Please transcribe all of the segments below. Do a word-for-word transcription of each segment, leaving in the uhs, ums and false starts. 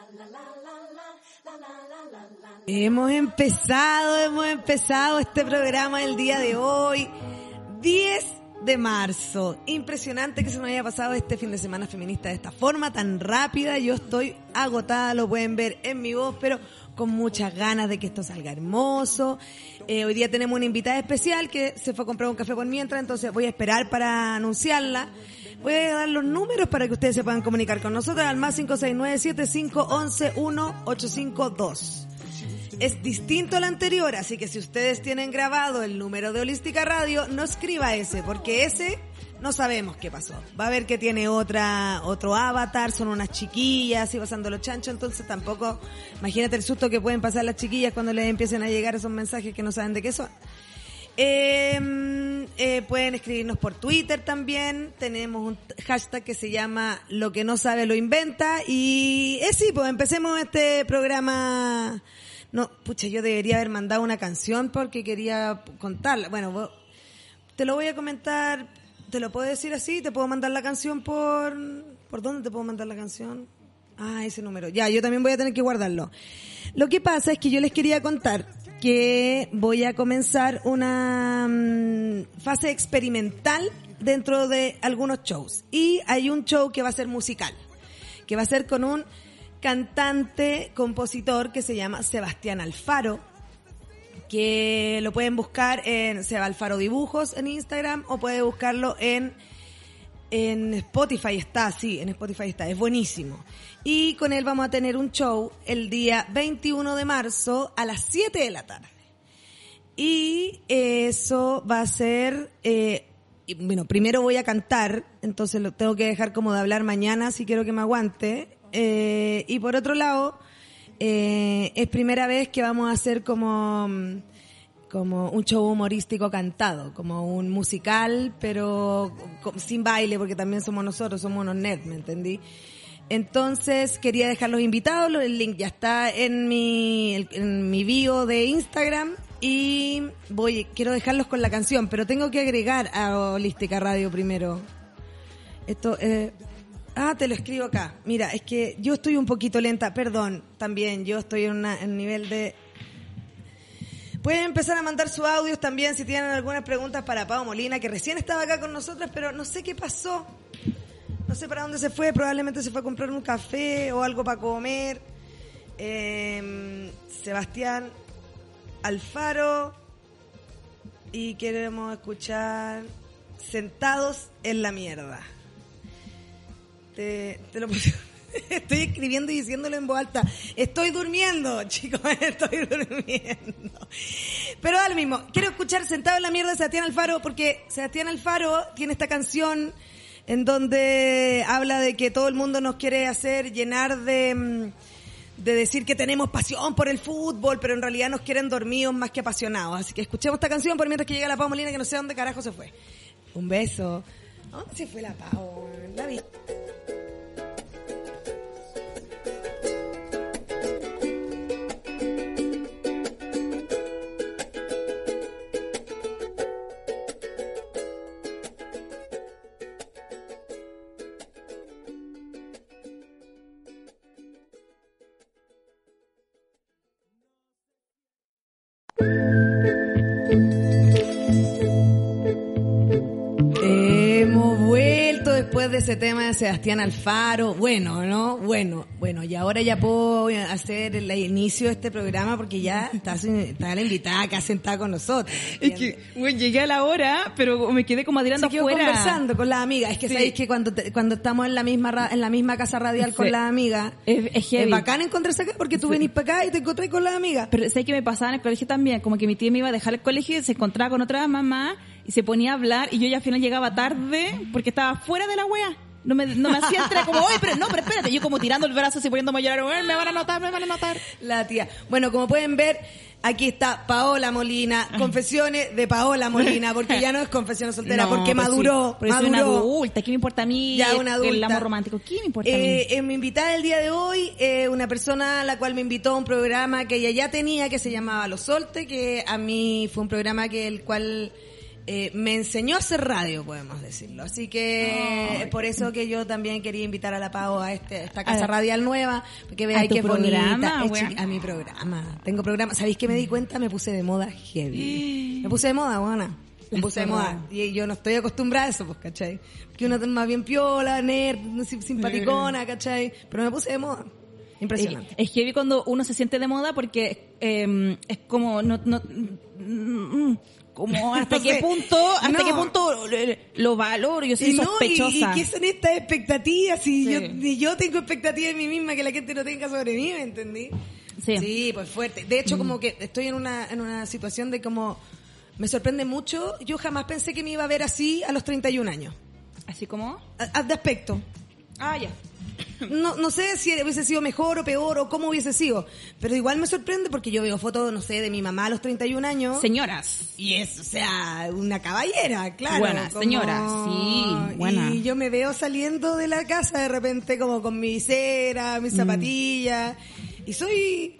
Hemos empezado, hemos empezado este programa el día de hoy, diez de marzo. Impresionante que se nos haya pasado este fin de semana feminista de esta forma tan rápida. Yo estoy agotada, lo pueden ver en mi voz, pero con muchas ganas de que esto salga hermoso. Eh, hoy día tenemos una invitada especial que se fue a comprar un café por mientras, entonces voy a esperar para anunciarla. Voy a dar los números para que ustedes se puedan comunicar con nosotros al más cinco seis nueve siete cinco once uno ocho cinco dos. Es distinto al anterior, así que si ustedes tienen grabado el número de Holística Radio, no escriba ese, porque ese no sabemos qué pasó. Va a ver que tiene otra otro avatar, son unas chiquillas y pasando los chanchos, entonces tampoco, imagínate el susto que pueden pasar las chiquillas cuando les empiecen a llegar esos mensajes que no saben de qué son. Eh, eh, pueden escribirnos por Twitter también, tenemos un hashtag que se llama Lo que no sabe lo inventa, y eh, sí, pues empecemos este programa. No, pucha, yo debería haber mandado una canción porque quería contarla. Bueno, vos, te lo voy a comentar, te lo puedo decir así, te puedo mandar la canción por... ¿Por dónde te puedo mandar la canción? Ah, ese número. Ya, yo también voy a tener que guardarlo. Lo que pasa es que yo les quería contar que voy a comenzar una um, fase experimental dentro de algunos shows. Y hay un show que va a ser musical, que va a ser con un cantante, compositor que se llama Sebastián Alfaro, que lo pueden buscar en Seba Alfaro Dibujos en Instagram, o puede buscarlo en en Spotify. Está, sí, en Spotify está, es buenísimo. Y con él vamos a tener un show el día veintiuno de marzo a las siete de la tarde. Y eso va a ser, eh, bueno, primero voy a cantar, entonces lo tengo que dejar como de hablar mañana si quiero que me aguante. Eh, y por otro lado, eh, es primera vez que vamos a hacer como, como un show humorístico cantado, como un musical, pero sin baile, porque también somos nosotros, somos unos nerds, ¿me entendí? Entonces quería dejar los invitados, el link ya está en mi, en mi bio de Instagram, y voy, quiero dejarlos con la canción, pero tengo que agregar a Holística Radio primero. Esto, eh, Ah, te lo escribo acá. Mira, es que yo estoy un poquito lenta, perdón, también, yo estoy en, una, en nivel de... Pueden empezar a mandar sus audios también si tienen algunas preguntas para Pao Molina, que recién estaba acá con nosotras, pero no sé qué pasó. No sé para dónde se fue, probablemente se fue a comprar un café o algo para comer. Eh, Sebastián Alfaro, y queremos escuchar Sentados en la Mierda. Te, te lo puse. Estoy escribiendo y diciéndolo en voz alta. Estoy durmiendo, chicos, estoy durmiendo. Pero da lo mismo. Quiero escuchar Sentado en la Mierda de Sebastián Alfaro, porque Sebastián Alfaro tiene esta canción en donde habla de que todo el mundo nos quiere hacer llenar de, de decir que tenemos pasión por el fútbol, pero en realidad nos quieren dormidos más que apasionados. Así que escuchemos esta canción por mientras que llega la Pao Molina, que no sé dónde carajo se fue. Un beso. ¿Dónde se fue la Pao? La vi. De ese tema de Sebastián Alfaro, bueno, ¿no? Bueno, bueno, y ahora ya puedo hacer el inicio de este programa porque ya está, está la invitada acá sentada con nosotros. Es que, bueno, llegué a la hora, pero me quedé como adirando afuera. Conversando con las amigas. Es que sí. Sabéis que cuando te, cuando estamos en la misma en la misma casa radial sí. con las amigas, es, es, es bacán encontrarse acá porque tú sí. venís para acá y te encontrás con las amigas. Pero sé que me pasaba en el colegio también, como que mi tía me iba a dejar el colegio y se encontraba con otra mamá y se ponía a hablar y yo ya al final llegaba tarde porque estaba fuera de la wea. No me, no me hacía entrar como, oye, pero no, pero espérate. Yo como tirando el brazo así poniéndome a llorar, me van a notar, me van a notar. La tía. Bueno, como pueden ver, aquí está Paola Molina, confesiones de Paola Molina, porque ya no es confesión soltera, no, porque pues maduró, sí, maduró. Soy una adulta, ¿qué me importa a mí? Ya una adulta. El amor romántico, ¿qué me importa eh, a mí? Eh, me invitada el día de hoy, eh, una persona a la cual me invitó a un programa que ella ya tenía, que se llamaba Los Solte, que a mí fue un programa que el cual... eh, me enseñó a hacer radio, podemos decirlo. Así que Ay. es por eso que yo también quería invitar a la Pau a este, esta casa A- radial nueva, porque veáis tu que es programa, bonita. Es wea. chi- a mi programa. Tengo programa. ¿Sabéis que me di cuenta? Me puse de moda heavy. Me puse de moda, buena. Me La puse de zorra. moda. Y yo no estoy acostumbrada a eso, pues, ¿cachai? Que uno es más bien piola, nerd, sim- simpaticona, ¿cachai? Pero me puse de moda. Impresionante. Es heavy cuando uno se siente de moda porque eh, es como no, no mm, como hasta No qué sé. punto hasta No. qué punto lo, lo valoro, yo soy Y no, y, sospechosa. y qué son estas expectativas, si Sí. yo, ni yo tengo expectativas en mí misma que la gente no tenga sobre mí, ¿me entendí? Sí. pues fuerte. De hecho, como que estoy en una, en una situación de como, me sorprende mucho, yo jamás pensé que me iba a ver así a los treinta y un años. Así como A- a- de aspecto. ah ya. No, no sé si hubiese sido mejor o peor o cómo hubiese sido, pero igual me sorprende porque yo veo fotos, no sé, de mi mamá a los treinta y un años. Señoras. Y es, o sea, una caballera, claro. Buena, señora, sí, buena. Y yo me veo saliendo de la casa de repente como con mi visera, mis zapatillas, y soy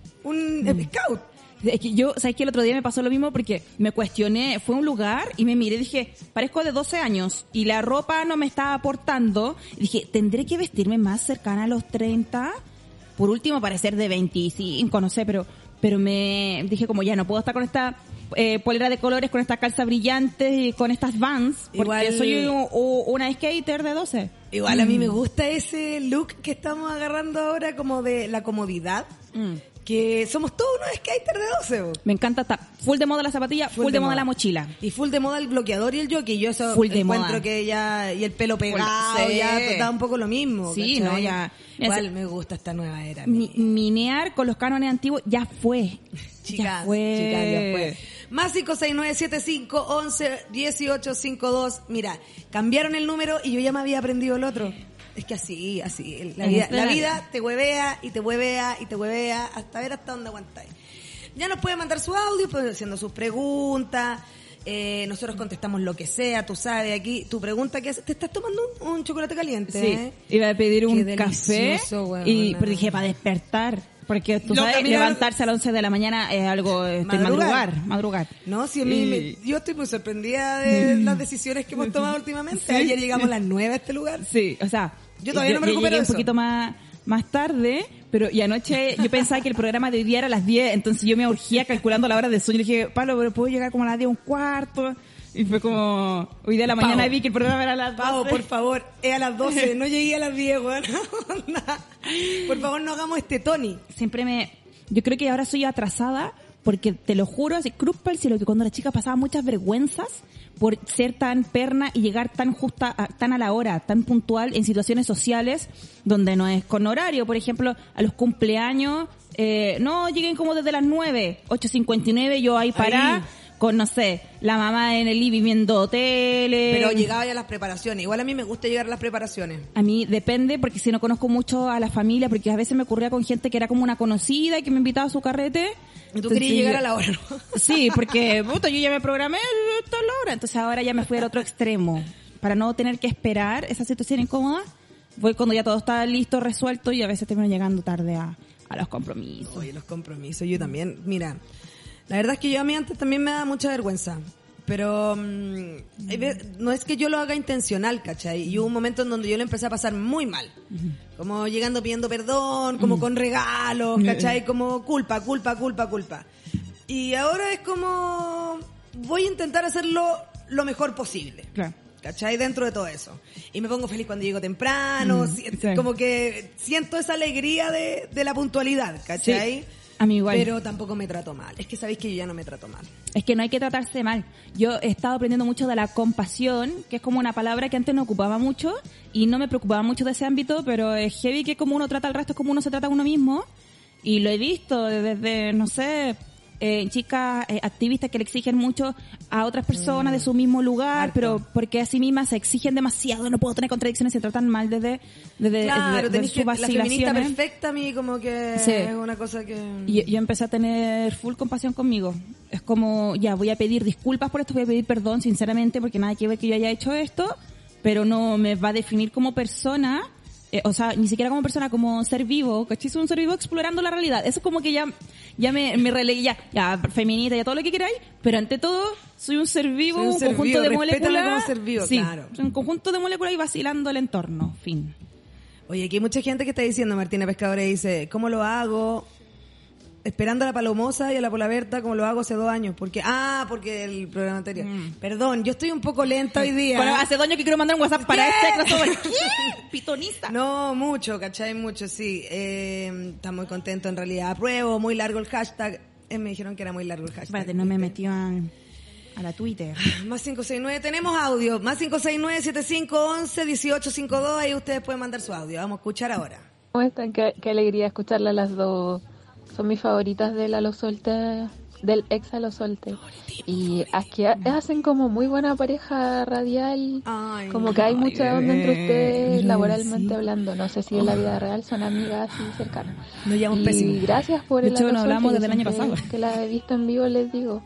un scout. Es que yo, ¿sabes qué? El otro día me pasó lo mismo porque me cuestioné, fue a un lugar y me miré y dije, parezco de doce años y la ropa no me estaba aportando. Y dije, ¿tendré que vestirme más cercana a los treinta? Por último, parecer de veinticinco, no sé, pero pero me dije como ya no puedo estar con esta eh, polera de colores, con estas calzas brillantes y con estas Vans, porque Igual- soy u- u- una skater de doce. Igual a mí me gusta ese look que estamos agarrando ahora como de la comodidad, Mm. que somos todos unos skaters de doce, bo. Me encanta, está full de moda la zapatilla, full, de, moda la mochila. Y full de moda el bloqueador y el jockey. Yo eso Full de encuentro moda. que ya, y el pelo pegado, Sí. ya está un poco lo mismo. Sí, ¿cachai? no, ya- Igual ya se- me gusta esta nueva era. Mi- minear con los cánones antiguos ya fue. Chicas, ya fue. chicas, ya fue. Más cinco seis nueve siete cinco once dieciocho cincuenta y dos. Mira, cambiaron el número y yo ya me había aprendido el otro. Es que así, así. La Es vida, este la la- vida te huevea y te huevea y te huevea hasta ver hasta dónde aguantáis. Ya nos puede mandar su audio, pues, haciendo sus preguntas. Eh, nosotros contestamos lo que sea, tú sabes, aquí tu pregunta que es, ¿te estás tomando un, un chocolate caliente? Sí, eh? iba a pedir un Qué café delicioso, weona. y pero dije para despertar, porque tú No, sabes, mira, levantarse a las once de la mañana es algo, este, Madrugar. madrugar, madrugar. No, si a mí Y- me- yo estoy muy sorprendida de las decisiones que hemos tomado últimamente. Ayer llegamos a las nueve a este lugar. Sí, o sea, Yo todavía no me recupero llegué de un eso. poquito más más tarde, pero y anoche yo pensaba que el programa de hoy día era a las diez, entonces yo me urgía calculando la hora de sueño y dije, Pablo, pero puedo llegar como a las diez un cuarto. Y fue como, hoy día a la Pau. mañana vi que el programa era a las Pau, doce. por favor, es a las doce, no llegué a las diez, weón. Onda. Por favor, no hagamos este Tony. Siempre me, yo creo que ahora soy atrasada porque te lo juro, así cruzpa el cielo que cuando la chica pasaba muchas vergüenzas por ser tan perna y llegar tan justa, a- tan a la hora, tan puntual en situaciones sociales donde no es con horario. Por ejemplo, a los cumpleaños, eh, no lleguen como desde las nueve, ocho cincuenta y nueve, yo ahí pará, Ahí. con, no sé, la mamá en el living viendo tele. Pero llegaba ya a las preparaciones. Igual a mí me gusta llegar a las preparaciones. A mí depende, porque si no conozco mucho a la familia, porque a veces me ocurría con gente que era como una conocida y que me invitaba a su carrete. Y tú Entonces, querías llegar yo- a la hora, ¿no? Sí, porque puta, yo ya me programé esta es la hora, entonces ahora ya me fui al otro extremo. Para no tener que esperar esa situación incómoda, voy cuando ya todo está listo, resuelto, y a veces termino llegando tarde a, a los compromisos. Oye, los compromisos, yo también. Mira, la verdad es que yo a mí antes también me daba mucha vergüenza. Pero mm, hay ve- no es que yo lo haga intencional, ¿cachai? Y hubo un momento en donde yo lo empecé a pasar muy mal. Como llegando pidiendo perdón, como con regalos, ¿cachai? Como culpa, culpa, culpa, culpa. Y ahora es como, voy a intentar hacerlo lo mejor posible. Claro. ¿Cachai? Dentro de todo eso. Y me pongo feliz cuando llego temprano, Mm, si- sí. como que siento esa alegría de, de la puntualidad, ¿cachai? Sí, a mí igual. Pero tampoco me trato mal. Es que sabéis que yo ya no me trato mal. Es que no hay que tratarse mal. Yo he estado aprendiendo mucho de la compasión, que es como una palabra que antes no ocupaba mucho y no me preocupaba mucho de ese ámbito, pero es heavy que como uno trata al resto es como uno se trata a uno mismo. Y lo he visto desde, no sé, eh, chicas eh, activistas que le exigen mucho a otras personas de su mismo lugar, Harto. pero porque a sí mismas se exigen demasiado, no puedo tener contradicciones, se tratan mal desde, desde, Claro, desde tenéis sus que, la feminista vacilaciones. perfecta a mí como que Sí. es una cosa que... Y yo empecé a tener full compasión conmigo. Es como, ya, voy a pedir disculpas por esto, voy a pedir perdón sinceramente porque nada que ver que yo haya hecho esto, pero no me va a definir como persona eh, o sea, ni siquiera como persona, como ser vivo, ¿cachai? Soy un ser vivo explorando la realidad. Eso es como que ya, ya me, me relegué, ya, ya, feminista, ya todo lo que queráis, pero ante todo, soy un ser vivo, Soy un, un ser conjunto vivo, de respétame moléculas. como ser vivo, sí, claro. un conjunto de moléculas y vacilando el entorno, fin. Oye, aquí hay mucha gente que está diciendo, Martina Pescadores dice, ¿cómo lo hago? Esperando a la Palomosa y a la Pola Berta, como lo hago hace dos años. Porque, ah, porque el programa anterior. Mm. Perdón, yo estoy un poco lenta hoy día. Bueno, hace dos años que quiero mandar un WhatsApp para ¿Qué? este crossover. ¿Qué? Pitonista. No, mucho, ¿cachai? Mucho, sí. Eh, está muy contento en realidad. Apruebo, muy largo el hashtag. Eh, me dijeron que era muy largo el hashtag. Espérate, no me metió a, a la Twitter. Más cinco seis nueve, tenemos audio. Más cinco seis nueve, siete cinco once, dieciocho cincuenta y dos. Ahí ustedes pueden mandar su audio. Vamos a escuchar ahora. ¿Cómo están? Qué, qué alegría escucharla a las dos. Son mis favoritas del Alo Solte, del ex Alo Solte. Y aquí hacen como muy buena pareja radial. Ay, como que hay ay, mucha onda entre ustedes, laboralmente sí. hablando. No sé si en la vida real son amigas y cercanas. Nos llevamos y pésimo. Gracias por de el hecho, Alo no Solte, hablamos desde el año siempre, pasado. Que la he visto en vivo, les digo.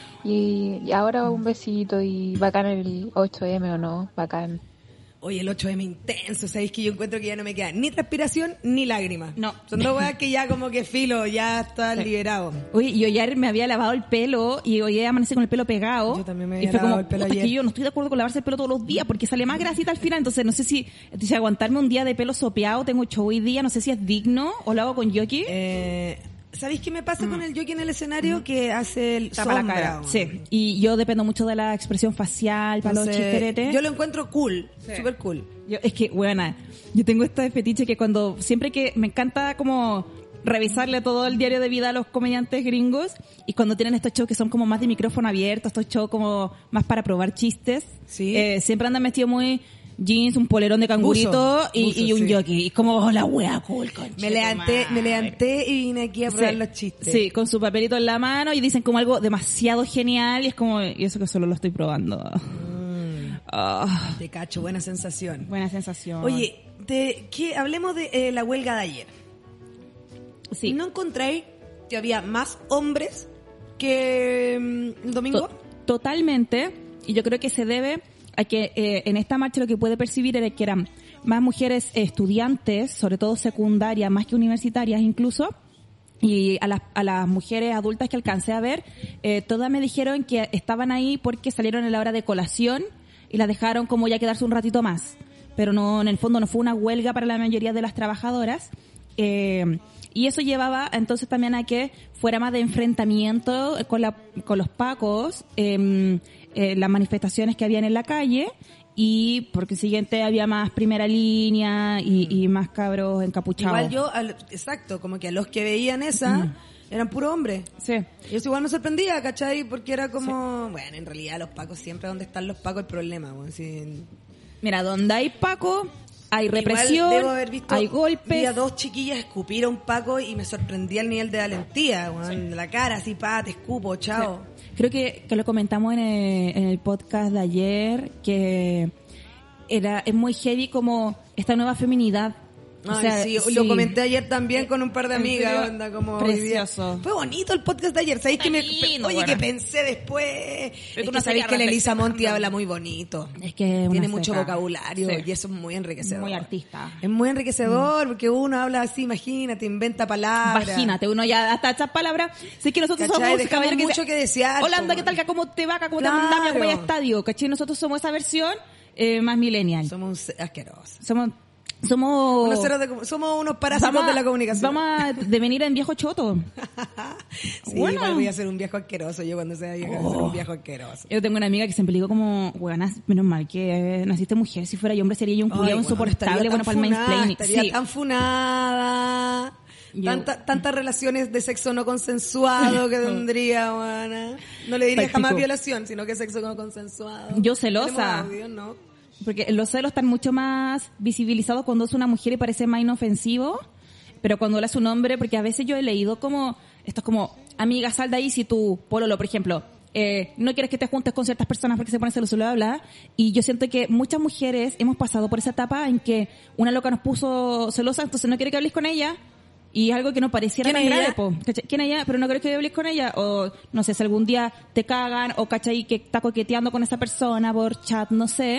Y, y ahora un besito y bacán el ocho eme o no, bacán. Oye, el ocho eme intenso, ¿sabéis que yo encuentro que ya no me queda ni transpiración ni lágrimas? No. Son dos weas que ya como que filo, ya está sí. liberado. Oye, yo ayer me había lavado el pelo y hoy amanecí con el pelo pegado. Yo también me había y fue lavado como, el pelo puta, ayer. Es que yo no estoy de acuerdo con lavarse el pelo todos los días porque sale más grasita al final, entonces no sé si, si aguantarme un día de pelo sopeado, tengo show hoy día, no sé si es digno o lo hago con Yoki. Eh... ¿Sabéis qué me pasa mm. con el jockey en el escenario? Mm. Que hace el Tapa sombra. la cara. Sí. Y yo dependo mucho de la expresión facial, para los chisteretes. Yo lo encuentro cool, sí. Súper cool. Yo, es que, buena, yo tengo este fetiche que cuando, siempre que me encanta como revisarle todo el diario de vida a los comediantes gringos y cuando tienen estos shows que son como más de micrófono abierto, estos shows como más para probar chistes, ¿sí? eh, siempre andan vestidos muy... jeans, un polerón de cangurito buzo, y, buzo, y un sí. jockey. Y como oh, la wea cool, conchito, Me levanté, me levanté y vine aquí a probar sí, los chistes. Sí, con su papelito en la mano y dicen como algo demasiado genial y es como, y eso que solo lo estoy probando. Mm. Oh. Te cacho, buena sensación. Buena sensación. Oye, te, ¿qué? Hablemos de eh, la huelga de ayer. Sí. ¿No encontré que había más hombres que el domingo? To- totalmente. Y yo creo que se debe a que eh, en esta marcha lo que puede percibir era que eran más mujeres estudiantes, sobre todo secundarias, más que universitarias incluso, y a las, a las mujeres adultas que alcancé a ver, eh, todas me dijeron que estaban ahí porque salieron en la hora de colación y las dejaron como ya quedarse un ratito más. Pero no, en el fondo no fue una huelga para la mayoría de las trabajadoras. Eh, y eso llevaba entonces también a que fuera más de enfrentamiento con, la, con los pacos, eh, eh, las manifestaciones que habían en la calle, y por consiguiente había más primera línea y, y más cabros encapuchados. Igual yo, al, exacto, como que a los que veían esa, mm. eran puro hombres. Sí. Y eso igual me sorprendía, ¿cachai? Porque era como, sí. Bueno, en realidad los pacos, siempre donde están los pacos el problema. Bueno, si... Mira, donde hay paco... Hay represión, debo haber visto, hay golpes. Vi a dos chiquillas escupir a un paco y me sorprendía el nivel de valentía, bueno, sí. La cara así, pa, te escupo, chao. Sí. Creo que, que lo comentamos en el, en el podcast de ayer, que era es muy heavy como esta nueva feminidad. Ay, o sea, sí, sí, lo comenté ayer también con un par de amigas, onda como precioso. Fue bonito el podcast de ayer, ¿sabéis que me lindo, oye, bueno. que pensé después? Es que que sabéis que la Elisa Monti habla muy bonito. Es que tiene una mucho seca. vocabulario, sí. Y eso es muy enriquecedor. Muy artista. Es muy enriquecedor mm. porque uno habla así, imagínate, inventa palabras. Imagínate, uno ya hasta estas palabras. Sé que nosotros ¿cachai? somos caballeros que mucho que desear. Hola, anda, ¿qué tal? ¿Cómo te va? ¿Cómo claro. te mandamos a estadio? ¿Cachai? Nosotros somos esa versión eh, más millennial. Somos asquerosos. Somos Somos unos, de, somos unos parásitos vamos, de la comunicación. Vamos a devenir en viejo choto. Sí, bueno. Igual voy a ser un viejo asqueroso. Yo cuando sea vieja oh. voy a ser un viejo asqueroso. Yo tengo una amiga que siempre digo como, bueno, menos mal que naciste mujer. Si fuera yo hombre sería yo un culiao insoportable. Bueno, para el mansplaining. Estaría sí. tan funada. Yo... Tanta, tantas relaciones de sexo no consensuado que tendría, buena. No le diría Practico. jamás violación, sino que sexo no consensuado. Yo celosa. Audio, ¿no? Porque los celos están mucho más visibilizados cuando es una mujer y parece más inofensivo, pero cuando lo hace un hombre, porque a veces yo he leído como, esto es como, amiga, sal de ahí si tu pololo, por ejemplo, eh, no quieres que te juntes con ciertas personas porque se pone celoso, bla, bla, bla, y yo siento que muchas mujeres hemos pasado por esa etapa en que una loca nos puso celosa, entonces no quiere que hables con ella, y algo que no pareciera tan grave, po. ¿Quién ella? Pero no querés que hables con ella, o no sé, si algún día te cagan, o cachai que está coqueteando con esa persona por chat, no sé.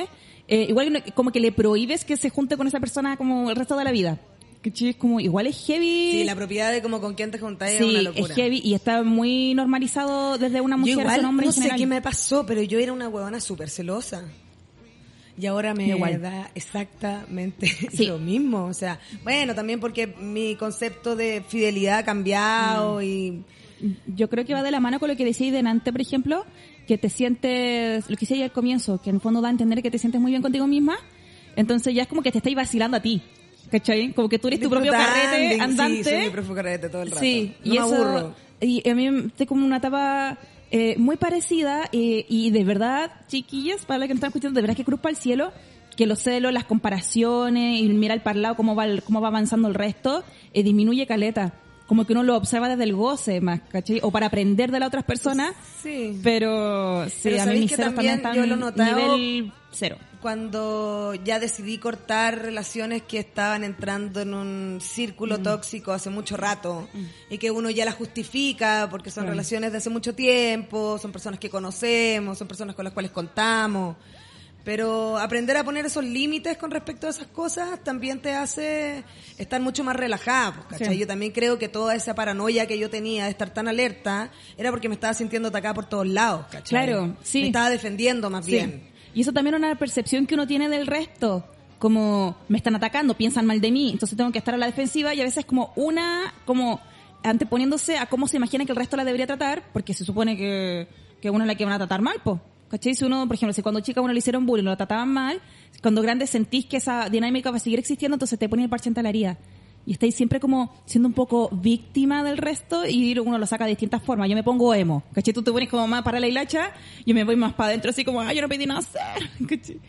eh, igual como que le prohíbes que se junte con esa persona como el resto de la vida. ¿Cachai? Es como, igual es heavy. Sí, la propiedad de como con quién te juntáis sí, es una locura. es heavy y está muy normalizado desde una mujer igual, a un hombre no en general. sé qué me pasó, pero yo era una huevona súper celosa. Y ahora me igual. da exactamente sí. lo mismo. O sea, bueno, también porque mi concepto de fidelidad ha cambiado mm. y... Yo creo que va de la mano con lo que decía delante, por ejemplo, que te sientes, lo que decía al comienzo, que en el fondo da a entender que te sientes muy bien contigo misma, entonces ya es como que te estáis vacilando a ti. ¿Cachai? Como que tú eres tu propio carrete andante. Sí, soy mi propio carrete todo el rato. Sí, no y me eso, aburro. Y a mí estoy como una etapa eh, muy parecida eh, y de verdad, chiquillas, para las que nos están escuchando, de verdad que cruz para el cielo, que los celos, las comparaciones y mira al parlado cómo va cómo va avanzando el resto, eh, disminuye caleta. Como que uno lo observa desde el goce más, ¿cachai? O para aprender de las otras personas. Sí. Pero, sí, pero a mí mis celos también están yo lo notaba nivel cero. Cuando ya decidí cortar relaciones que estaban entrando en un círculo mm. tóxico hace mucho rato mm. y que uno ya las justifica porque son mm. relaciones de hace mucho tiempo, son personas que conocemos, son personas con las cuales contamos. Pero aprender a poner esos límites con respecto a esas cosas también te hace estar mucho más relajada, ¿cachai? Sí. Yo también creo que toda esa paranoia que yo tenía de estar tan alerta era porque me estaba sintiendo atacada por todos lados, ¿cachai? Claro, sí. Me estaba defendiendo más sí. bien. Y eso también es una percepción que uno tiene del resto. Como, me están atacando, piensan mal de mí, entonces tengo que estar a la defensiva y a veces como una, como anteponiéndose a cómo se imagina que el resto la debería tratar, porque se supone que, que uno es la que van a tratar mal, po. ¿Cachai? Si uno, por ejemplo, si cuando chica uno le hicieron bullying, lo trataban mal, cuando grande sentís que esa dinámica va a seguir existiendo, entonces te ponen el parche en la herida. Y estáis siempre como siendo un poco víctima del resto y uno lo saca de distintas formas. Yo me pongo emo, ¿cachai? Tú te pones como más para la hilacha, yo me voy más para adentro así como, ay, yo no pedí nada hacer, ¿cachai?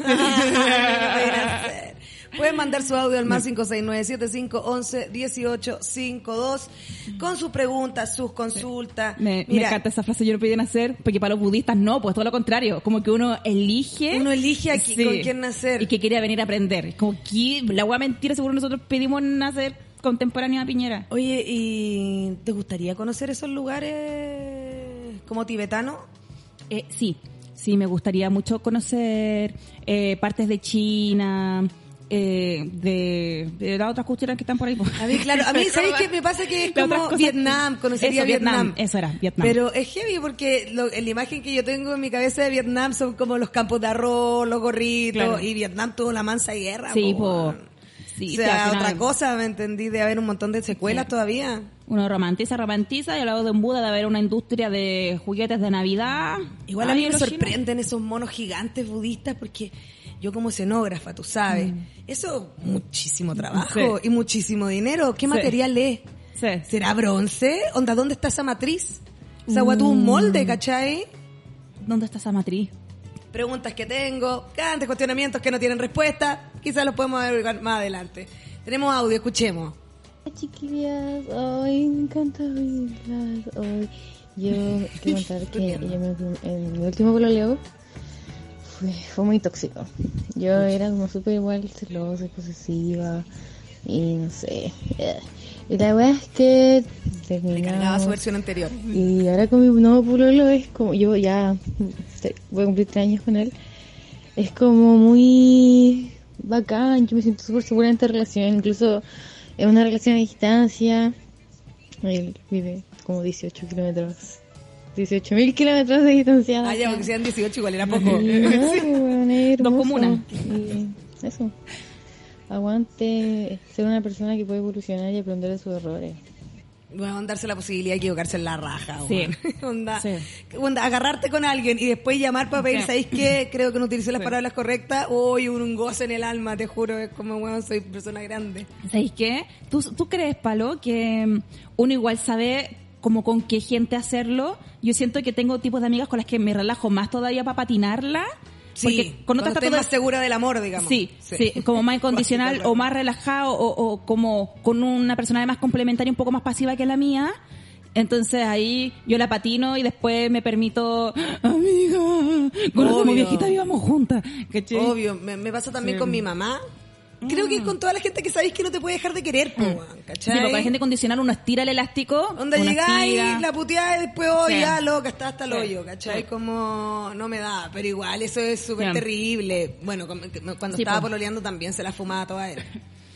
Pueden mandar su audio al más cinco seis nueve siete cinco once dieciocho cincuenta y dos con sus preguntas, sus consultas. Me, me encanta esa frase, yo no pedí nacer, porque para los budistas no, pues todo lo contrario, como que uno elige. Uno elige aquí sí, con quién nacer. Y que quería venir a aprender. Como que la hueá mentira, seguro nosotros pedimos nacer contemporáneo a Piñera. Oye, ¿y te gustaría conocer esos lugares como tibetano? Eh, sí, sí, me gustaría mucho conocer eh, partes de China. Eh, de, de las otras culturas que están por ahí. A mí, claro, a mí, ¿sabéis qué me pasa? Que es como Vietnam, conocería eso, Vietnam. Vietnam. Eso era, Vietnam. Pero es heavy porque lo, la imagen que yo tengo en mi cabeza de Vietnam son como los campos de arroz, los gorritos, claro. Y Vietnam tuvo la mansa guerra. Sí, po. po. Sí, o sea, sí, otra cosa, me entendí, de haber un montón de secuelas sí. todavía. Uno romantiza, romantiza, y al lado de un Buda de haber una industria de juguetes de Navidad. Igual a mí me sorprenden esos monos gigantes budistas porque yo como escenógrafa, tú sabes, mm. eso muchísimo trabajo sí. y muchísimo dinero. ¿Qué sí. material es? Sí. ¿Será bronce? Onda, ¿dónde está esa matriz? Esa agua tuvo un molde, ¿cachai? ¿Dónde está esa matriz? Preguntas que tengo, grandes cuestionamientos que no tienen respuesta. Quizás los podemos ver más adelante. Tenemos audio, escuchemos. Hola, chiquillas, ay, me encanta oírlas. Hoy yo quiero contar que yo me, en mi último pololeo fue, fue muy tóxico. Yo era como súper igual, celosa, posesiva y no sé. Y la verdad es que terminamos. Le cargaba su versión anterior. Y ahora con mi nuevo pololo es como, yo ya voy a cumplir tres años con él, es como muy bacán, yo me siento súper segura en esta relación, incluso es una relación a distancia. Él vive como dieciocho kilómetros, dieciocho mil kilómetros de distancia. Ah, ya, porque sean dieciocho igual era poco. Y, no, sí. Bueno, dos comunas. Y eso, aguante ser una persona que puede evolucionar y aprender de sus errores. Bueno, darse la posibilidad de equivocarse en la raja. Sí. Onda, sí. onda, agarrarte con alguien y después llamar para pedir, sí. ¿sabéis qué? Creo que no utilicé las sí. palabras correctas. Hoy un, un goce en el alma, te juro, es como, bueno, soy persona grande. ¿Sabéis qué? ¿Tú, tú crees, Palo, que uno igual sabe como con qué gente hacerlo? Yo siento que tengo tipos de amigas con las que me relajo más todavía para patinarla. Sí, con otra estás más segura del amor, digamos. Sí, sí, sí, como más incondicional o más relajado o, o como con una personalidad más complementaria, un poco más pasiva que la mía. Entonces ahí yo la patino y después me permito, amiga, cuando como viejita vivamos juntas. ¿Cachai? Obvio, me, me pasa también sí. con mi mamá. Creo que es con toda la gente que sabéis que no te puede dejar de querer, po, Mm. ¿cachai? Sí, porque la gente condicional uno estira el elástico. Donde uno llegáis, estira. la puteada y después, oh, Sí. ya, loca, está hasta el Sí. hoyo, ¿cachai? Sí. Como, no me da, pero igual, eso es súper Sí. terrible. Bueno, como- cuando Sí, estaba po. pololeando también se la fumaba toda él.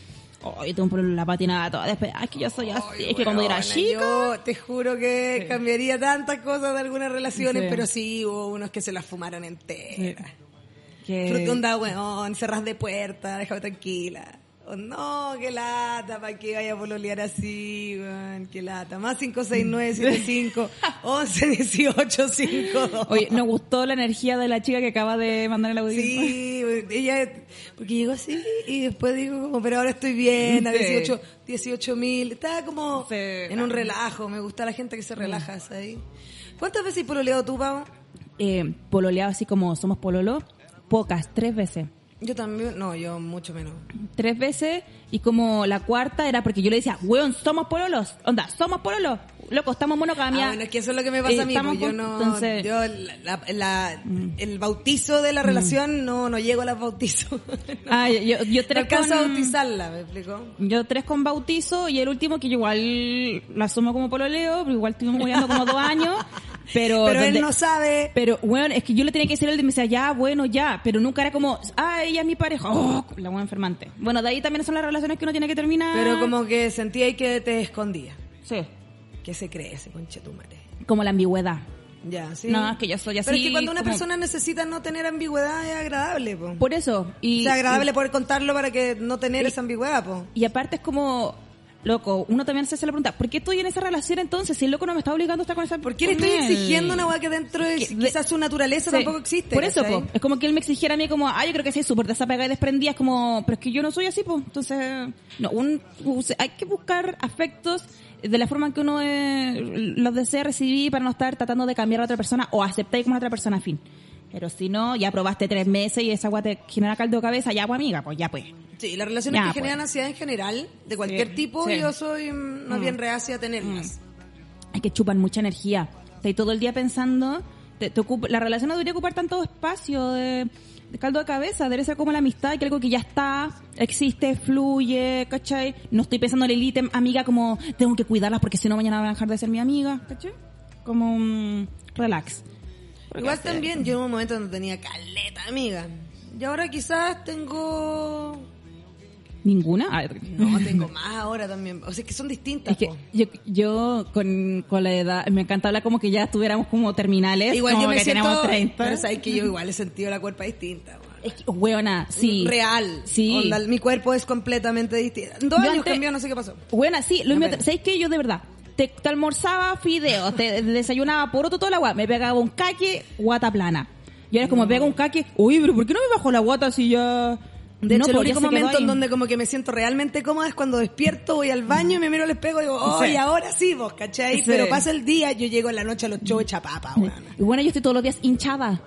Oh, yo tengo un problema, la patinaba toda. Después, ay, es que yo soy así. Ay, es que cuando era weona, chica. yo te juro que cambiaría tantas cosas de algunas relaciones, Sí. pero sí hubo unos que se las fumaron enteras. Que... Frutunda, weón, cerras de puerta, déjame tranquila. Oh, no, qué lata, ¿para qué vaya a pololear así, weón? Qué lata. Más cinco seis nueve siete cinco once dieciocho cincuenta y dos. Oye, nos gustó la energía de la chica que acaba de mandar el audio. Sí, ella, porque llegó así y después dijo como, pero ahora estoy bien, a Sí. dieciocho, dieciocho mil. Estaba como Sí. en un relajo, me gusta la gente que se relaja, ¿sabes? ¿Cuántas veces has pololeado tú, Pau? Eh, pololeado así como somos pololo, pocas, tres veces. Yo también, no, yo mucho menos. Tres veces, y como la cuarta era porque yo le decía, weón, somos pololos, onda, somos pololos, loco, estamos monogamia. Ah, bueno, es que eso es lo que me pasa Eh, a mí, estamos pues yo con- no, entonces- yo la, la- la- el bautizo de la relación no, no llego a los bautizos. Ah, yo, yo, yo No tres alcanzo a con, bautizarla, ¿me explico? yo tres con bautizo, y el último que yo igual la asumo como pololeo, pero igual estuvimos moviendo como dos años, pero... Pero él donde- no sabe. Pero, bueno, es que yo le tenía que decir a él, y me decía, ya, bueno, ya, pero nunca era como, ah, ella es mi pareja, oh, la buena enfermante. Bueno, de ahí también son las relaciones que uno tiene que terminar. Pero como que sentía y que te escondía. Sí, ¿Qué se cree ese conchetumare? como la ambigüedad. Ya, sí. No, es que yo soy así. Pero es que cuando una como- persona necesita no tener ambigüedad es agradable, po. Por eso. Y, O sea, agradable poder contarlo para que no tener y- esa ambigüedad, po. Y aparte es como, loco, uno también se hace la pregunta, ¿por qué estoy en esa relación entonces? Si el loco no me está obligando a estar con esa ¿Por qué le con estoy él? exigiendo una weá que dentro de Que de- quizás su naturaleza Sí. tampoco existe? Por eso, ¿cachai? po. Es como que él me exigiera a mí como, ah, yo creo que sí, súper desapegada y desprendida, es como, pero es que yo no soy así, pues. Entonces, no, un, un- hay que buscar afectos de la forma en que uno eh, los desea recibir para no estar tratando de cambiar a otra persona o aceptar como una otra persona, fin. Pero si no, ya probaste tres meses y esa agua te genera caldo de cabeza, ya pues amiga, pues ya pues. Sí, las relaciones Ya, que pues. generan ansiedad en general, de cualquier Sí, tipo, sí. yo soy mm, más Mm. bien reacia a tenerlas. Es que chupan mucha energía. Estás todo el día pensando, te, te ocupa- la relación no debería ocupar tanto espacio de, de caldo de cabeza, debe ser como la amistad, que algo que ya está, existe, fluye, ¿cachai? No estoy pensando en el ítem amiga como tengo que cuidarlas porque si no mañana van a dejar de ser mi amiga, ¿cachai? Como un relax. Igual también, yo en un momento donde tenía caleta, amiga. Y ahora quizás tengo... ¿Ninguna? A ver. No, tengo más ahora también. O sea, es que son distintas, Es que po. yo, yo con, con la edad, me encanta hablar como que ya estuviéramos como terminales. Igual como yo me que siento... tenemos treinta. Pero sabes que yo igual he sentido la cuerpa distinta, weón. Es que, weona, sí. Real. Sí. Onda, mi cuerpo es completamente distinto. En dos Yo años antes- cambió, no sé qué pasó. Buena, sí, lo Me mismo, pena. ¿sabes qué? Yo de verdad, te, te almorzaba fideos, te desayunaba poroto toda la guata, me pegaba un caque, guata plana. Y ahora es como me pega un caque, uy, pero ¿por qué no me bajo la guata si ya... De No, hecho, el pues, ya único se quedó momento ahí. en donde como que me siento realmente cómoda es cuando despierto, voy al baño y me miro al espejo y digo, oh, Sí. y ahora sí, vos, ¿cachai? Sí. Pero pasa el día, yo llego en la noche a los shows hecha papa, weón. Y bueno, yo estoy todos los días hinchada.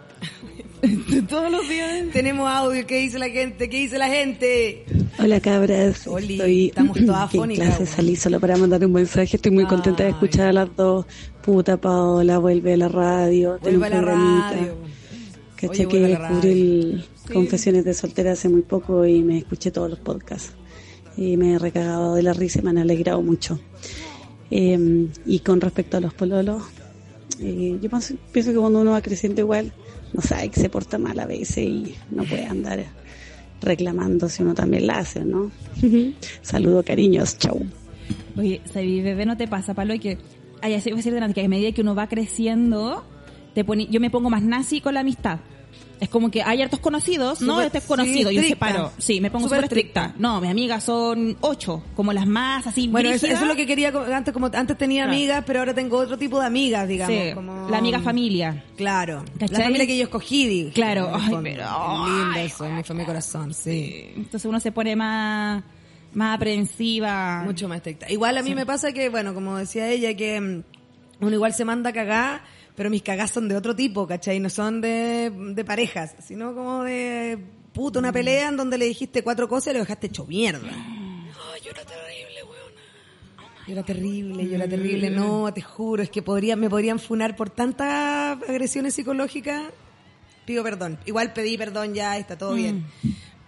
todos los días. Tenemos audio, ¿qué dice la gente? ¿Qué dice la gente? Hola cabras, Oli, estoy estamos todas en afónicas, clase, weón. salí solo para mandar un mensaje, estoy muy contenta de Ay. escuchar a las dos. Puta Paola, vuelve a la radio, tiene Vuelve a un la programita. radio. Caché Oye, que vuelve a la descubrí el Sí. Confesiones de Soltera hace muy poco y me escuché todos los podcasts. Y me he recagado de la risa y me han alegrado mucho. Eh, y con respecto a los pololos, eh, yo pienso, pienso que cuando uno va creciendo igual, no sabe que se porta mal a veces y no puede andar reclamando si uno también la hace, ¿no? Saludos, cariños, chau. Oye, Sabi, bebé, ¿no te pasa, Palo? Que, ay, así voy a decir delante, que a medida que uno va creciendo, te pone, yo me pongo más nazi con la amistad. Es como que hay hartos conocidos, no, Súper- este es conocido, sí, yo estricta. separo. Sí, me pongo Súper súper estricta. No, mis amigas son ocho, como las más así Bueno, eso, brígidas. eso es lo que quería co- antes, como antes tenía Claro. amigas, pero ahora tengo otro tipo de amigas, digamos. Sí, como... la amiga familia. Claro. ¿Cachai? La familia que yo escogí, dije, Claro, en el ay, fondo. pero- Linda ay, eso, mi familia corazón, sí. Entonces uno se pone más, más aprensiva. Mucho más estricta. Igual a mí me pasa que, bueno, como decía ella, que mm, uno igual se manda a cagar, pero mis cagás son de otro tipo, ¿cachai? No son de, de parejas, sino como de puta, una pelea en donde le dijiste cuatro cosas y lo dejaste hecho mierda. Ay, yo era terrible, weona. Yo era terrible, yo era terrible. No, te juro, es que podría, me podrían funar por tantas agresiones psicológicas. Pido perdón. Igual pedí perdón ya, está todo bien.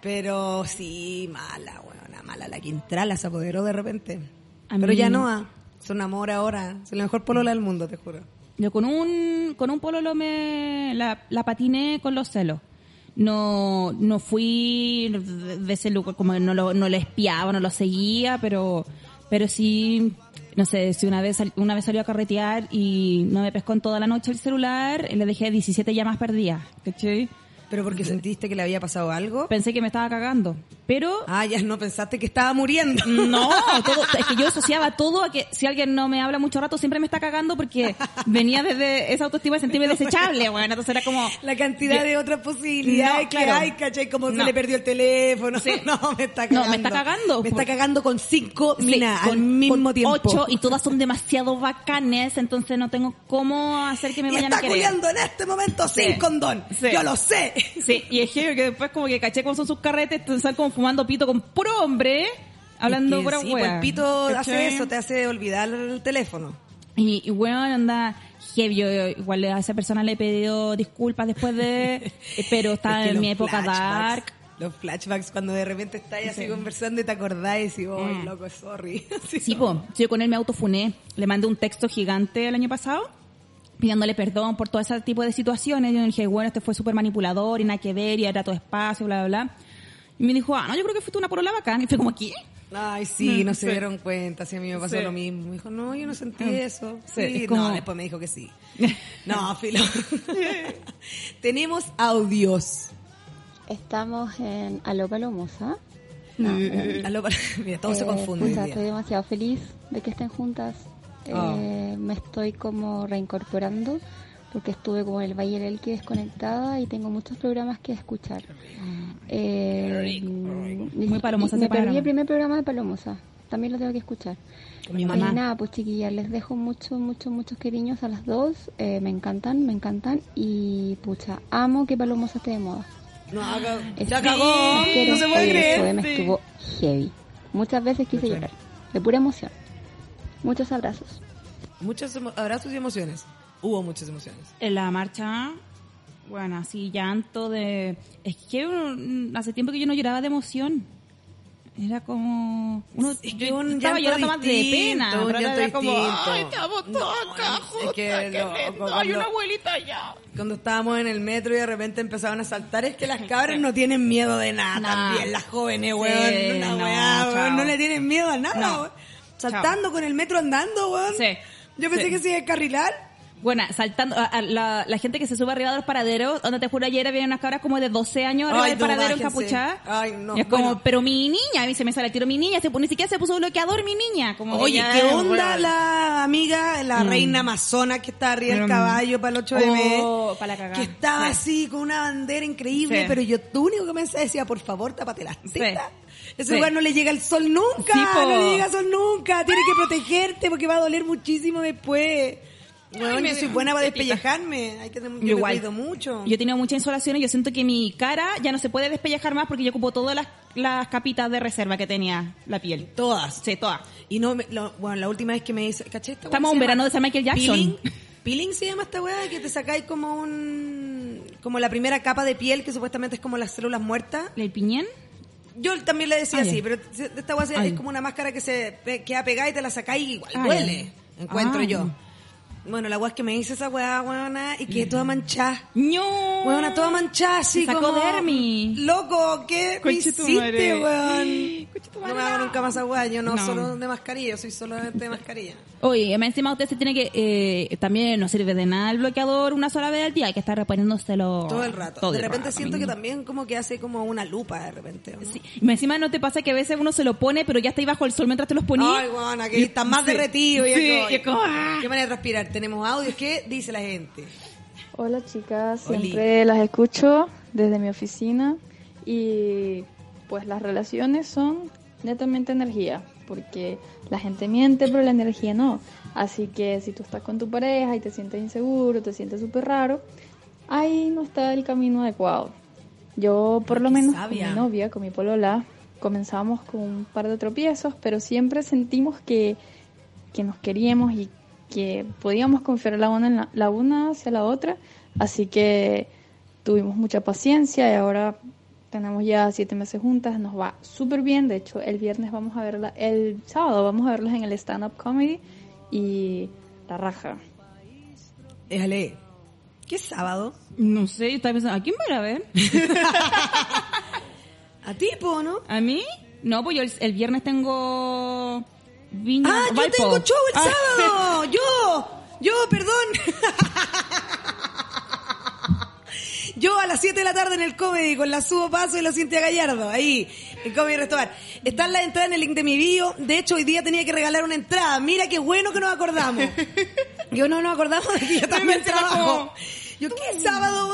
Pero sí, mala, weona, mala. La Quintrala se apoderó de repente. A Pero mí- ya no, ah, es un amor ahora. Es la mejor polola del mundo, te juro. Yo con un con un pololo me la, la patiné con los celos. No no fui de, de ese lugar, como que no lo no le espiaba, no lo seguía, pero pero sí, no sé, si una vez sal- una vez salió a carretear y no me pescó en toda la noche el celular, le dejé diecisiete llamadas perdidas, ¿cachai? ¿Pero porque sentiste que le había pasado algo? Pensé que me estaba cagando, pero Ah, ya no pensaste que estaba muriendo. no, todo, es que yo asociaba todo a que si alguien no me habla mucho rato siempre me está cagando porque venía desde esa autoestima de sentirme desechable, bueno, entonces era como... La cantidad Yo- de otras posibilidades No, que claro. hay, ¿cachai? Como se No. le perdió el teléfono. Sí. No, me está No, cagando. me está cagando. Me está cagando con cinco Sí, minas con- al mismo con tiempo. ocho y todas son demasiado bacanes, entonces no tengo cómo hacer que me Y vayan está a querer. culiando en este momento Sí. sin condón. Sí. Yo lo sé. Sí, y es que después como que caché cómo son sus carretes, están como fumando pito con puro hombre, hablando Es que pura sí, wea. pues el pito hace ¿Cachai? eso, te hace olvidar el teléfono. Y, y bueno, anda, heavy, yo igual a esa persona le he pedido disculpas después de, pero estaba Es que en mi los época flashbacks, dark. Los flashbacks cuando de repente estás así conversando y te acordás y decís, oh, Mm. loco, sorry. Así Sí, como- po, yo con él me autofuné, le mandé un texto gigante el año pasado pidiéndole perdón por todo ese tipo de situaciones. Yo le dije, bueno, este fue súper manipulador y nada que ver y era todo espacio, bla, bla, bla. Y me dijo, ah, no, yo creo que fuiste una porola bacán. Y fue como, ¿qué? Ay, sí, no se Sí. dieron cuenta, sí, a mí me pasó Sí. lo mismo. Me dijo, no, yo no sentí Mm. eso. Sí, Sí, es como- no, después me dijo que sí. No, filo. Tenemos audios. Estamos en Aló Palomosa. Aló, para- Mira, todo se Eh, confunde hoy pucha, día. estoy demasiado feliz de que estén juntas. Oh. Eh, me estoy como reincorporando porque estuve como en el Valle del Elqui desconectada y tengo muchos programas que escuchar. Eh, Muy Palomosa Me ese perdí programa. el primer programa de Palomosa. También lo tengo que escuchar. Con mi Y mamá. nada, pues chiquillas, les dejo muchos, muchos, muchos cariños a las dos. Eh, me encantan, me encantan. Y pucha, amo que Palomosa esté de moda. No, haga- Es ya que- cagó, pero no se puede hoy el creer. poema estuvo heavy. Muchas veces quise llorar, de pura emoción. Muchos abrazos. Muchos emo- abrazos y emociones. Hubo muchas emociones. En la marcha, bueno, así llanto de... Es que mm, hace tiempo que yo no lloraba de emoción. Era como... Uno, Es yo que un estaba llanto llorando más de distinto, pena. un Pero llanto era como, distinto. ay, estamos No, todos acá es juntas, que qué loco, lindo, hay cuando- una abuelita allá. Cuando estábamos en el metro y de repente empezaban a saltar, es que las cabras no tienen miedo de nada Nah. también, las jóvenes, Sí, weón, una no, weá, weón, chao. no le tienen miedo a nada, No. weón. Saltando con el metro andando, weón. Sí, Yo pensé sí. que se iba a descarrilar. Bueno, saltando, a, a la, la gente que se sube arriba de los paraderos, donde te juro ayer había unas cabras como de doce años arriba Ay, del no, paradero bájense. encapuchada. Ay, no, Y es como, bueno. pero mi niña, a mí se me sale el tiro mi niña, se, ni siquiera se puso bloqueador mi niña. Como que Oye, ya, ¿qué onda bueno. la amiga, la Mm. reina amazona que está arriba del Mm. caballo para el ocho eme? Oh, para la cagada. Que estaba Sí. así con una bandera increíble, Sí. pero yo lo único que pensaba decía, por favor, tápate las tetas. Ese Sí. lugar no le llega el sol nunca, Sí, po. no le llega el sol nunca, tiene que protegerte porque va a doler muchísimo después. Bueno, me yo soy dio buena para tetita. despellejarme, hay que tener, yo Yo igual. me cuido mucho. Yo he tenido mucha insolación y yo siento que mi cara ya no se puede despellejar más porque yo ocupo todas las, las capitas de reserva que tenía la piel. Todas. Sí, todas. Y no, me- lo- bueno, la última vez que me hice, ¿caché esta weá Estamos se en llama verano de San Michael Jackson. Peeling. Peeling se llama esta weá, que te sacáis como un, como la primera capa de piel que supuestamente es como las células muertas. ¿El piñén? Yo también le decía Ah, así, ya. pero esta weá se- Ah, es ya. como una máscara que se pe- queda pegada y te la sacáis y igual Ah, duele. ya. Encuentro Ah, yo. ya. Bueno, la weá es que me hice esa weá, weona, y quedé toda manchada. ¡No! Weona, toda manchada, así Me sacó como... dermis. Loco, ¿qué me Conche tu hiciste, madre. weón? Conche tu No madre, me hago no. nunca más esa weá, yo no, No. solo de mascarilla, yo soy solamente de mascarilla. Oye, más encima usted se tiene que... Eh, también no sirve de nada el bloqueador una sola vez al día. Hay que estar reponiéndoselo... Todo el rato. todo de el repente rato, siento que amigo. también como que hace como una lupa de repente. ¿no? Sí. Y más encima no te pasa que a veces uno se lo pone, pero ya está ahí bajo el sol mientras te los ponías. Ay, guana, que está más Sí. derretido. Y es Sí, como, y es como, ah. ¿qué manera de respirar? Tenemos audios. ¿Qué dice la gente? Hola chicas, Oli. siempre las escucho desde mi oficina y pues las relaciones son netamente energía, porque la gente miente pero la energía no. Así que si tú estás con tu pareja y te sientes inseguro, te sientes súper raro, ahí no está el camino adecuado. Yo por Ay, lo qué menos sabia. con mi novia, con mi polola, comenzamos con un par de tropiezos, pero siempre sentimos que, que nos queríamos y que podíamos confiar la una, en la, la una hacia la otra, así que tuvimos mucha paciencia y ahora tenemos ya siete meses juntas, nos va súper bien. De hecho, el viernes vamos a verla, el sábado vamos a verlos en el stand-up comedy y la raja. Déjale. ¿Qué es sábado? No sé, yo estaba pensando, ¿a quién voy a ver? ¿A ti, po, no? ¿A mí? No, pues yo el, el viernes tengo... Viña, ¡Ah, yo Valpo. tengo show el Ah. sábado! ¡Yo! ¡Yo, perdón! Yo a las siete de la tarde en el Comedy con la Subo Paso y la Cintia Gallardo, ahí, en Comedy Restaurant. Están las entradas en el link de mi bio. De hecho, hoy día tenía que regalar una entrada. Mira qué bueno que nos acordamos. Yo no nos acordamos de que yo también trabajo. Yo, ¿qué sábado,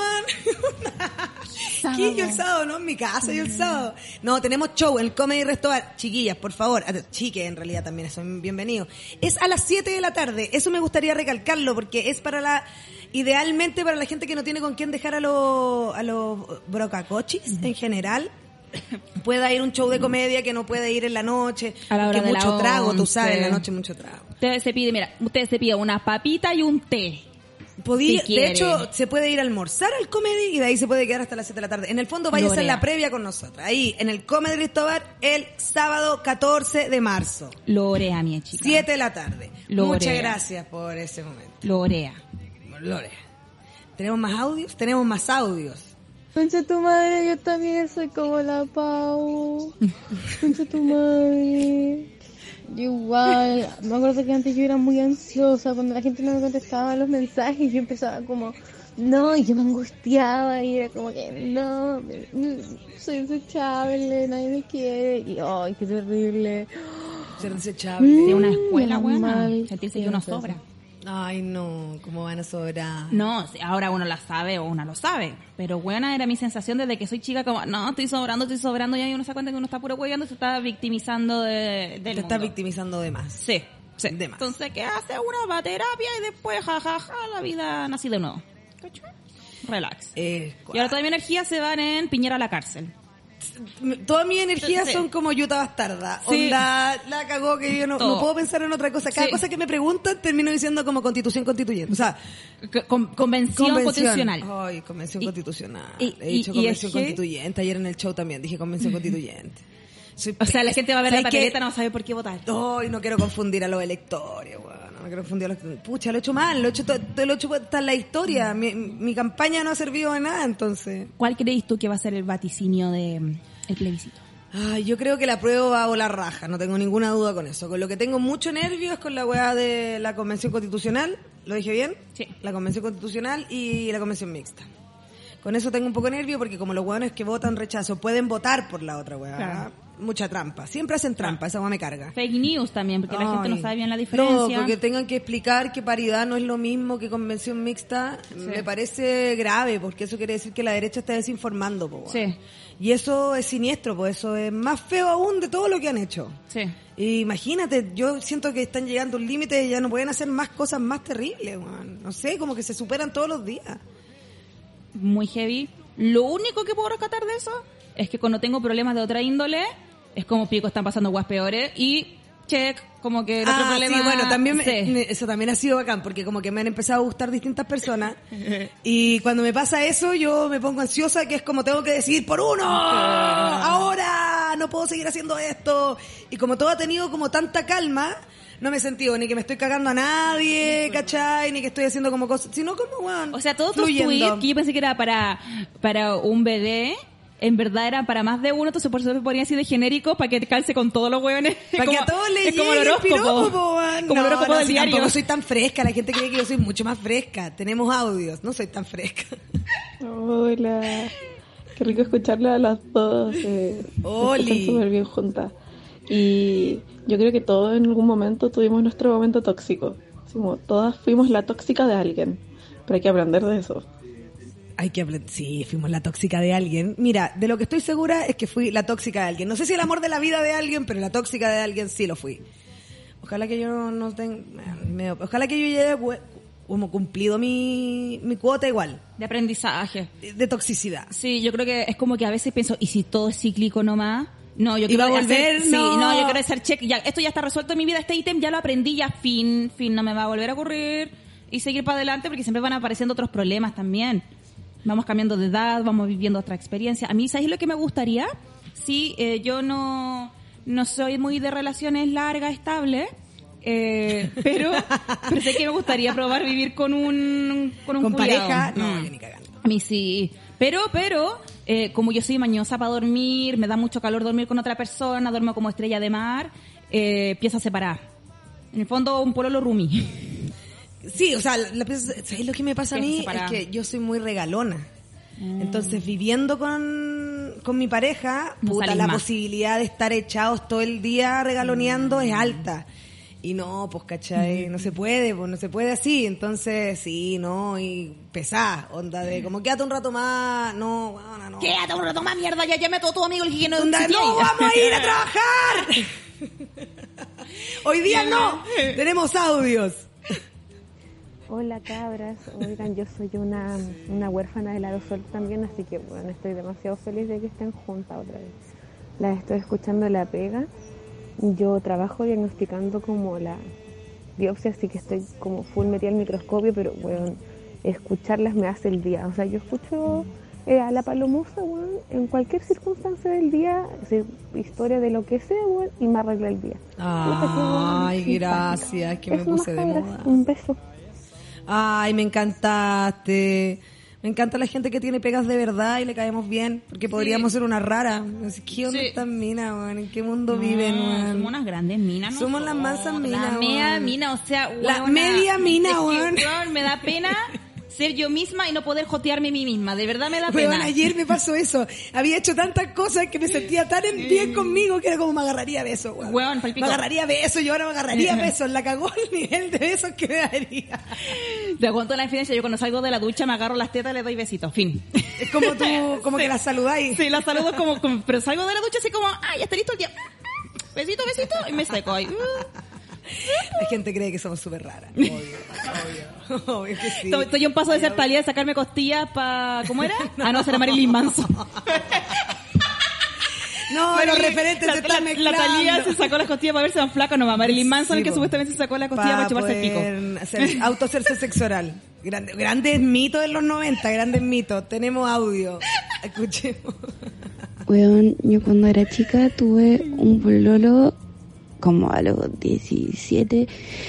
man? ¿Qué? Yo el sábado, no, en mi casa, yo el sábado. No, tenemos show en el Comedy Restaurant. Chiquillas, por favor. Chiques, en realidad, también son bienvenidos. Es a las siete de la tarde. Eso me gustaría recalcarlo porque es para la... Idealmente para la gente que no tiene con quién dejar a los a los brocacochis uh-huh. en general, pueda ir a un show de comedia que no puede ir en la noche, a la hora que de mucho la trago, once. tú sabes, en la noche mucho trago. Usted se pide, mira, usted se pide una papita y un té. Podía, si de hecho, se puede ir a almorzar al comedy y de ahí se puede quedar hasta las siete de la tarde. En el fondo, vaya a hacer la previa con nosotros. Ahí, en el Comedy Cristóbal, el sábado catorce de marzo. Lorea, mi chica. siete de la tarde. Lorea. Muchas gracias por ese momento. Lorea. Lorea. ¿Tenemos más audios? Tenemos más audios. Concha tu madre, yo también soy como la Pau. Concha tu madre. Yo igual, me acuerdo que antes yo era muy ansiosa cuando la gente no me contestaba los mensajes. Yo empezaba como, no, y yo me angustiaba y era como que, no, soy desechable, nadie me quiere. Y ay, qué terrible. Ser desechable. De una escuela buena, mal, sentirse que uno sobra. Ay, no, ¿cómo van a sobrar? No, ahora uno la sabe o una lo sabe. Pero buena era mi sensación desde que soy chica, como, no, estoy sobrando, estoy sobrando. Y ahí uno se da cuenta que uno está puro hueveando, se está victimizando de, del Te mundo. estás victimizando de más. Sí, sí. De más. Entonces, ¿qué hace? Uno va a terapia y después, jajaja, ja, ja, la vida nací de nuevo. Relax. Eh, y ahora toda mi energía se van en Piñera a la cárcel. Todas mis energías Sí. son como Yuta Bastarda. Sí. Onda, la cagó que yo no, no puedo pensar en otra cosa. Cada Sí. cosa que me preguntan termino diciendo como constitución constituyente. O sea, Con- convención, constitucional. Ay, convención Y- constitucional. y- He dicho y- y convención es que- constituyente. Ayer en el show también dije convención constituyente. Soy O sea, la gente va a ver la ¿sabes qué? papeleta, no va a saber por qué votar. Ay, no quiero confundir a los electores, weón. No quiero confundir a los... Pucha, lo he hecho mal. Lo he hecho, todo, lo he hecho está en la historia. Mi, mi campaña no ha servido de nada, entonces... ¿Cuál creéis tú que va a ser el vaticinio del plebiscito? Ay, yo creo que la prueba va a volar raja, no tengo ninguna duda con eso. Con lo que tengo mucho nervio es con la weá de la Convención Constitucional, ¿lo dije bien? Sí. La Convención Constitucional y la Convención Mixta. Con eso tengo un poco de nervio porque como los weones que votan rechazo pueden votar por la otra weá, Claro. mucha trampa. Siempre hacen trampa, esa weá me carga. Fake news también, porque la gente no Ay, sabe bien la diferencia. No, porque tengan que explicar que paridad no es lo mismo que convención mixta, Sí. me parece grave, porque eso quiere decir que la derecha está desinformando, po, weón. Sí. Y eso es siniestro, pues eso es más feo aún de todo lo que han hecho. Sí. Y imagínate, yo siento que están llegando a un límite y ya no pueden hacer más cosas más terribles, weón. No sé, como que se superan todos los días. Muy heavy. Lo único que puedo rescatar de eso es que cuando tengo problemas de otra índole, es como pico, están pasando guas peores y check, como que el otro Ah, problema... sí, bueno, también me- Sí. me- eso también ha sido bacán, porque como que me han empezado a gustar distintas personas, y cuando me pasa eso, yo me pongo ansiosa, que es como tengo que decidir por uno, ahora, no puedo seguir haciendo esto, y como todo ha tenido como tanta calma, no me he sentido ni que me estoy cagando a nadie, ¿cachai? Ni que estoy haciendo como cosas, sino como, bueno, O sea, todos tus fluyendo. tweets que yo pensé que era para, para un B D, en verdad eran para más de uno, entonces por eso me ponía así de genérico, para que calce con todos los hueones. Para que a todos les es como el llegue el horóscopo. piropo, man. Como el No, horóscopo no, del si diario. tampoco soy tan fresca, la gente cree que yo soy mucho más fresca. Tenemos audios, no soy tan fresca. Hola, qué rico escucharla a las dos. Eh, Oli. Están súper bien juntas. Y yo creo que todos en algún momento tuvimos nuestro momento tóxico. Así como todas fuimos la tóxica de alguien, pero hay que aprender de eso. Hay que aprender. Sí, fuimos la tóxica de alguien. Mira, de lo que estoy segura es que fui la tóxica de alguien. No sé si el amor de la vida de alguien, pero la tóxica de alguien sí lo fui. Ojalá que yo no tenga... Ojalá que yo lleve como cumplido mi, mi cuota igual. De aprendizaje. De, de toxicidad. Sí, yo creo que es como que a veces pienso, ¿y si todo es cíclico nomás? No, yo ¿Y va quiero a volver? hacer, sí, No. no, yo quiero hacer check, ya, esto ya está resuelto en mi vida, este ítem ya lo aprendí, ya fin, fin, no me va a volver a ocurrir y seguir para adelante porque siempre van apareciendo otros problemas también. Vamos cambiando de edad, vamos viviendo otra experiencia. A mí, ¿sabes lo que me gustaría? Sí, eh, yo no, no soy muy de relaciones largas, estables, eh, pero, pero sé que me gustaría probar vivir con un con un ¿Con culiao. pareja? No, Mm. yo ni cagando. A mí sí. Pero, pero, eh, como yo soy mañosa para dormir, me da mucho calor dormir con otra persona, duermo como estrella de mar, eh, pieza separada. En el fondo, un pololo roomie. Sí, o sea, la pieza, ¿sabes lo que me pasa a mí? Separada. Es que yo soy muy regalona. Mm. Entonces, viviendo con, con mi pareja, No puta, salís la más. posibilidad de estar echados todo el día regaloneando Mm. es alta. Y no, pues, ¿cachai? No se puede, pues no se puede así. Entonces, sí, no, y pesá, onda de como quédate un rato más, no, bueno, no. Quédate un rato más, mierda, ya llame a todo tu amigo el que no Onda, existía no, ahí. vamos a ir a trabajar. Hoy día no, tenemos audios. Hola cabras, oigan, yo soy una, una huérfana de la Sol también, así que bueno, estoy demasiado feliz de que estén juntas otra vez. Las estoy escuchando en la pega. Yo trabajo diagnosticando como la biopsia, así que estoy como full metida al microscopio, pero bueno, escucharlas me hace el día. O sea, yo escucho eh, a la palomusa, bueno, en cualquier circunstancia del día, así, historia de lo que sea, bueno, y me arregla el día. Ay, gracias, que me Eso, puse de cabras, moda. Un beso. Ay, me encantaste. Me encanta la gente que tiene pegas de verdad y le caemos bien, porque podríamos ser una rara. Así, ¿qué onda Sí. estas minas, weón? ¿En qué mundo No, viven, weón? somos unas grandes minas, ¿no? Somos las mansas minas, La media weón. mina, o sea, La weona, media mina, es que, weón. weón, me da pena ser yo misma y no poder jotearme a mí misma. De verdad me da Weón, pena. ayer me pasó eso. Había hecho tantas cosas que me sentía tan en bien conmigo que era como me agarraría besos, weón. Weón, palpico. Me agarraría besos, yo ahora me agarraría besos. La cagó el nivel de besos que me daría. Te aguanto la infidencia. Yo cuando salgo de la ducha me agarro las tetas y le doy besitos. Fin. Es como tú, como que la saludáis. Sí, la saludo como, como- pero salgo de la ducha así como, ah, ya está listo el día. Besito, besito, y me seco ahí. La gente cree que somos súper raras. Obvio, obvio. Obvio que sí. Estoy estoy a un paso de ser Talía, de sacarme costillas para, ¿cómo era? Ah, no, ser Marilyn Manson. No, los referentes la, se están la, mezclando. La Talía se sacó las costillas para verse más flaca, no, Marilyn Manson, Sí, el que po. supuestamente se sacó la costilla para, chuparse el pico. poder hacer- autohacerse sexo oral. Grande, grandes mitos en los noventa, grandes mitos. Tenemos audio. Escuchemos. Weón, yo cuando era chica tuve un pololo como a los diecisiete,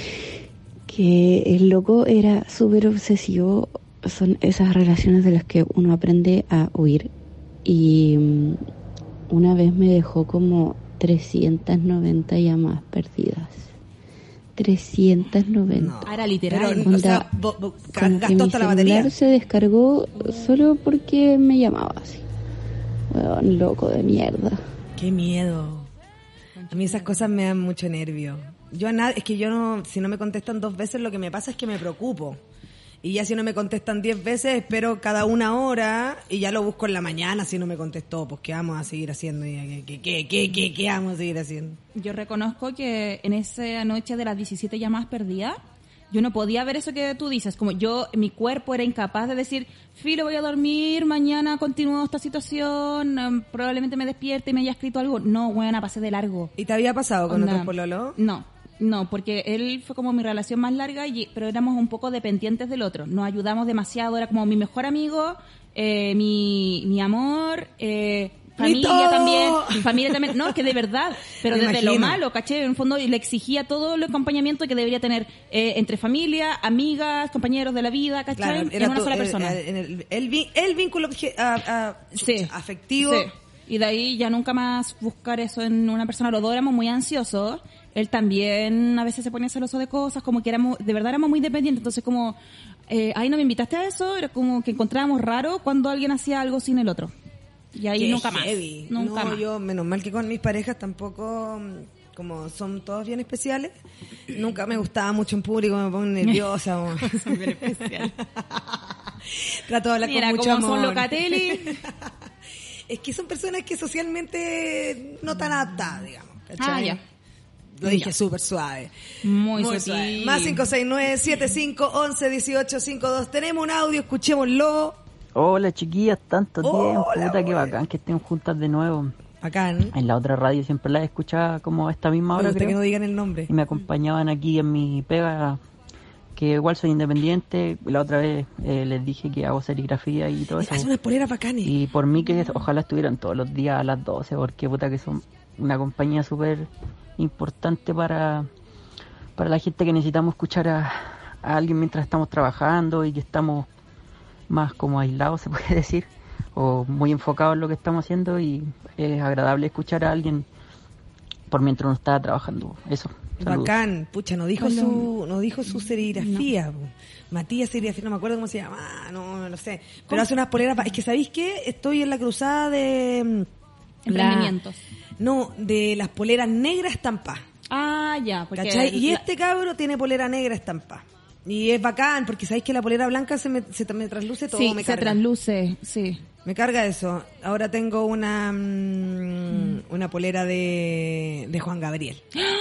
que el loco era súper obsesivo. Son esas relaciones de las que uno aprende a huir. Y mm, una vez me dejó como trescientas noventa llamadas perdidas. trescientas noventa. Ah, era literal. Pero, o sea, Onda, bo- bo- como que gastó mi hasta la batería. celular se descargó solo porque me llamaba así. Weón, loco de mierda. Qué miedo. A mí esas cosas me dan mucho nervio. Yo a nadie, es que yo no, si no me contestan dos veces, lo que me pasa es que me preocupo. Y ya si no me contestan diez veces, espero cada una hora y ya lo busco en la mañana si no me contestó. Pues qué vamos a seguir haciendo, ¿qué, qué, qué, qué, qué, qué vamos a seguir haciendo? Yo reconozco que en esa noche de las diecisiete llamadas perdidas, yo no podía ver eso que tú dices, como yo, mi cuerpo era incapaz de decir, filo, voy a dormir, mañana continúo esta situación, um, probablemente me despierte y me haya escrito algo. No, buena, pasé de largo. ¿Y te había pasado con Onda. otro pololo? No, no, porque él fue como mi relación más larga, y, pero éramos un poco dependientes del otro. Nos ayudamos demasiado, era como mi mejor amigo, eh, mi, mi amor, eh, familia todo! también, familia también, no, que de verdad, pero Me desde lo imagino. malo, caché, en el fondo le exigía todo el acompañamiento que debería tener eh, entre familia, amigas, compañeros de la vida, ¿cachai? Claro, en era una tu- sola eh, persona. eh, en el, el, vin- el vínculo obje- a- a- Sí. afectivo. Sí. Y de ahí ya nunca más buscar eso en una persona. Los dos éramos muy ansiosos. Él también a veces se ponía celoso de cosas, como que éramos, de verdad éramos muy dependientes. Entonces como, eh, ahí no me invitaste a eso, era como que encontrábamos raro cuando alguien hacía algo sin el otro. Y ahí Qué nunca más. heavy. Nunca no, más. yo, menos mal que con mis parejas tampoco, mm, como son todos bien especiales, nunca me gustaba mucho en público, me pongo nerviosa. o- Son bien especiales. Trato de hablar Mira, con mucho como son amor. Locatelli. Es que son personas que socialmente no tan aptas, digamos. ¿cachai? Ah, ya. Lo dije Ya. súper suave. Muy, Muy sutil. suave. Más cinco seis nueve, siete cinco, once, dieciocho, cincuenta y dos. Tenemos un audio, escuchémoslo. Hola chiquillas, tanto tiempo, Hola, puta, qué güey. bacán que estén juntas de nuevo. Bacán. En la otra radio siempre las escuchaba como a esta misma Me hora, gusta que creo, no digan el nombre. y me acompañaban aquí en mi pega que igual soy independiente. La otra vez eh, les dije que hago serigrafía y todo eso. Hace unas poleras bacanes. Y por mí que ojalá estuvieran todos los días a las doce, porque puta que son una compañía súper importante para, para la gente que necesitamos escuchar a, a alguien mientras estamos trabajando y que estamos más como aislados, se puede decir, o muy enfocados en lo que estamos haciendo, y es agradable escuchar a alguien por mientras uno está trabajando. Eso. Saludos. Bacán, pucha, no dijo su, no dijo su serigrafía, no. Matías Serigrafía, no me acuerdo cómo se llama, ah, no, no lo sé, pero ¿cómo? Hace unas poleras, es que ¿sabéis qué? Estoy en la cruzada de emprendimientos, la, no, de las poleras negras estampadas. Ah, ya, porque ¿cachai? Y la... este cabro tiene polera negra estampada. Y es bacán, porque sabéis que la polera blanca se me, se me trasluce todo, sí, me se carga. trasluce, sí. Me carga eso. Ahora tengo una mmm, una polera de, de Juan Gabriel.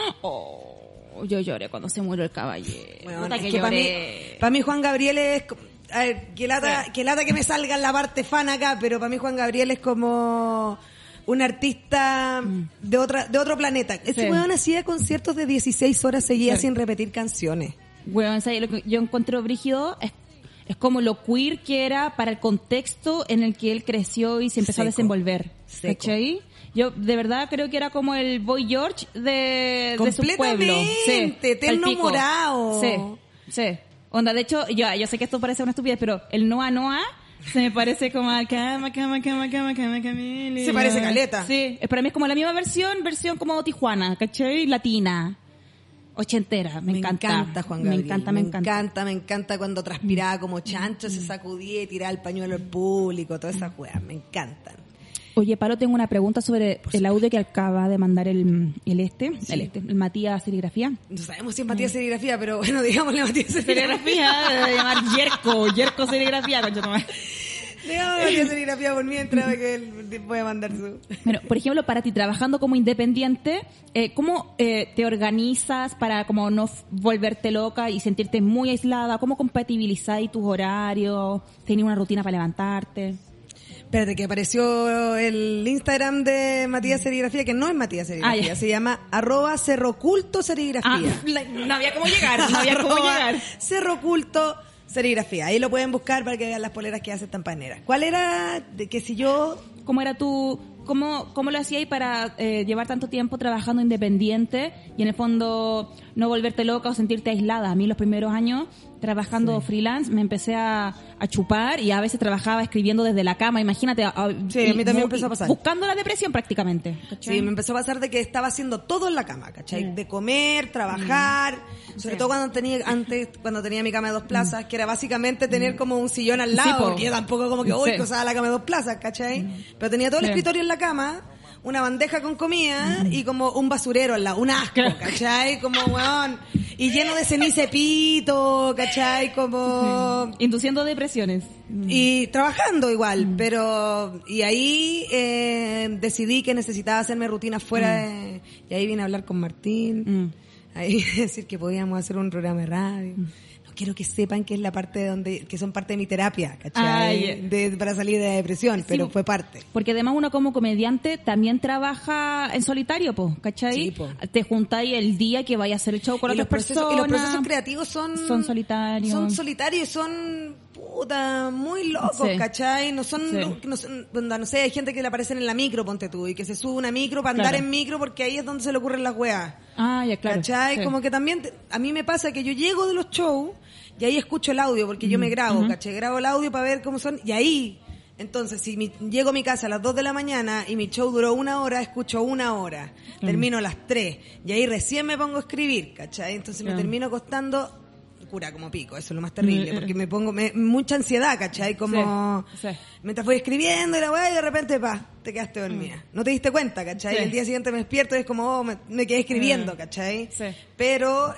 Oh, yo lloré cuando se murió el caballero. Bueno, Puta es que que para mí, para mí Juan Gabriel es... A ver, que lata, que lata que me salga en la parte fan acá, pero para mí Juan Gabriel es como un artista mm. de otra de otro planeta. Ese sí. Weón hacía conciertos de dieciséis horas seguidas sí. sin repetir canciones. Weón, ¿sabes? Lo que yo encuentro brígido es Es como lo queer que era para el contexto en el que él creció y se empezó Seco. a desenvolver. Seco. ¿Cachai? Yo de verdad creo que era como el Boy George de, de su pueblo. Sí, eterno morado. Sí, sí. Onda, de hecho, yo, yo sé que esto parece una estupidez, pero el Noa Noa se me parece como al cama, cama, cama, cama, cama, Camila. Se parece caleta. Sí, para mí es como la misma versión, versión como Tijuana, ¿cachai? Latina. Ochentera, me, me encanta. encanta Juan Gabriel. Me encanta, me, me encanta. encanta. Me encanta cuando transpiraba como chancho, se sacudía y tiraba el pañuelo al público, todas esas weas, me encantan. Oye, Palo, tengo una pregunta sobre Por el audio que acaba de mandar el, el este, sí. el este, el Matías Serigrafía. No sabemos si es Matías Serigrafía, pero bueno, digámosle Matías Serigrafía. Serigrafía, de llamar Yerko, Yerko Serigrafía, concha tomar. Digamos Matías Serigrafía por mientras que él puede mandar su... Bueno, por ejemplo, para ti, trabajando como independiente, eh, ¿cómo eh, te organizas para como no f- volverte loca y sentirte muy aislada? ¿Cómo compatibilizáis tus horarios? ¿Tenés una rutina para levantarte? Espérate, que apareció el Instagram de Matías Serigrafía, que no es Matías Serigrafía, ah, se llama arroba cerroculto serigrafía. Ah, la, no había cómo llegar, no había cómo llegar. Cerroculto serigrafía. Ahí lo pueden buscar para que vean las poleras que hace Tampaneras. ¿Cuál era? De que si yo... ¿Cómo era tu... ¿Cómo, cómo lo hacías para eh, llevar tanto tiempo trabajando independiente y en el fondo no volverte loca o sentirte aislada? A mí los primeros años trabajando sí. freelance me empecé a, a chupar y a veces trabajaba escribiendo desde la cama, imagínate. A, sí, y, a mí también me empezó a pasar. Buscando la depresión prácticamente. ¿Cachai? Sí, me empezó a pasar de que estaba haciendo todo en la cama, ¿cachai? Mm. De comer, trabajar, mm. sobre sí. todo cuando tenía, antes, cuando tenía mi cama de dos plazas, mm. que era básicamente tener como un sillón al lado, sí, porque yo tampoco como que, uy, sí. que usaba la cama de dos plazas, ¿cachai? Mm. Pero tenía todo el sí. escritorio en la cama, una bandeja con comida mm. y como un basurero al lado, un asco, ¿cachai? Como, weón, y lleno de ceniza pito, ¿cachai? Como... Mm. Induciendo depresiones. Mm. Y trabajando igual, mm. pero... Y ahí eh, decidí que necesitaba hacerme rutina fuera mm. de... Y ahí vine a hablar con Martín, mm. ahí decir que podíamos hacer un programa de radio. Mm. Quiero que sepan que es la parte de donde, que son parte de mi terapia, ¿cachai? Ay, de, para salir de la depresión, sí, pero fue parte. Porque además uno como comediante también trabaja en solitario, po, ¿cachai? Sí, po. Te juntáis el día que vaya a hacer el show con y otras procesos, personas. Y los procesos creativos son... Son solitarios. Son solitarios, son... puta, muy locos, sí. ¿cachai? No son, sí. no son, no sé, hay gente que le aparecen en la micro, ponte tú, y que se sube una micro para andar claro. en micro porque ahí es donde se le ocurren las weas. Ah, ya, claro. ¿Cachai? Sí. Como que también, te, a mí me pasa que yo llego de los shows y ahí escucho el audio porque mm. yo me grabo, uh-huh. ¿cachai? Grabo el audio para ver cómo son y ahí, entonces, si mi, llego a mi casa a las dos de la mañana y mi show duró una hora, escucho una hora, mm. termino a las tres y ahí recién me pongo a escribir, ¿cachai? Entonces yeah. me termino acostando cura como pico, eso es lo más terrible, porque me pongo me, mucha ansiedad, ¿cachai? Como sí, sí. mientras voy escribiendo y la weá y de repente, pa, te quedaste dormida. Mm. No te diste cuenta, ¿cachai? Sí. El día siguiente me despierto y es como, oh, me, me quedé escribiendo, ¿cachai? Sí. Pero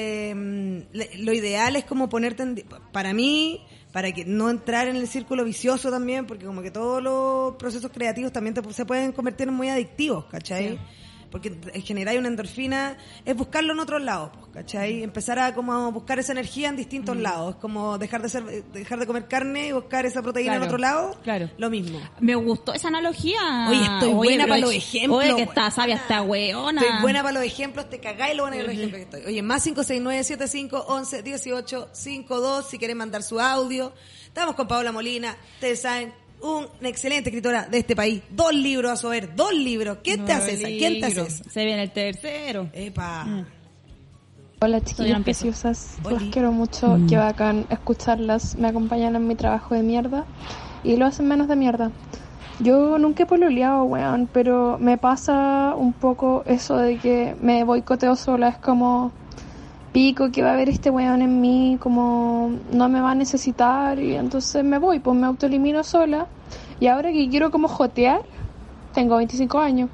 eh, lo ideal es como ponerte en, para mí, para que no entrar en el círculo vicioso también, porque como que todos los procesos creativos también te, se pueden convertir en muy adictivos, ¿cachai? Sí. porque generar una endorfina es buscarlo en otros lados, ¿cachai? Empezar a como buscar esa energía en distintos mm. lados, es como dejar de ser, dejar de comer carne y buscar esa proteína claro, en otro lado, claro. lo mismo. Me gustó esa analogía. Oye, estoy Oye, buena para los ejemplos. Oye, que está sabia esta weona. Estoy buena para los ejemplos, te cagáis lo buena que los ejemplos que estoy. Oye, más cinco seis nueve siete cinco once dieciocho cincuenta y dos si quieren mandar su audio. Estamos con Paola Molina, ustedes saben, una excelente escritora de este país. Dos libros a saber, dos libros. ¿Quién te hace esa? ¿Quién te hace esa? Se viene el tercero. Epa. Mm. Hola chiquillas preciosas, las quiero mucho, mm. qué bacán escucharlas, me acompañan en mi trabajo de mierda y lo hacen menos de mierda. Yo nunca he pololeado, weón, pero me pasa un poco eso de que me boicoteo sola, es como pico que va a haber este weón en mí, como no me va a necesitar y entonces me voy, pues me autoelimino sola y ahora que quiero como jotear, tengo veinticinco años,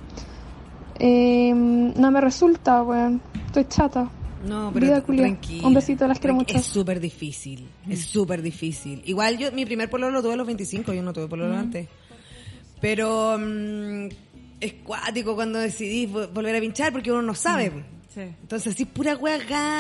eh, no me resulta, weón, estoy chata. No, pero Vida tranquila. Un besito, las quiero mucho. Es súper difícil, es súper difícil. Igual yo, mi primer pololo lo tuve a los veinticinco, yo no tuve pololo mm. antes. Pero um, es cuático cuando decidís volver a pinchar porque uno no sabe. Mm. Sí. Entonces, sí, pura wea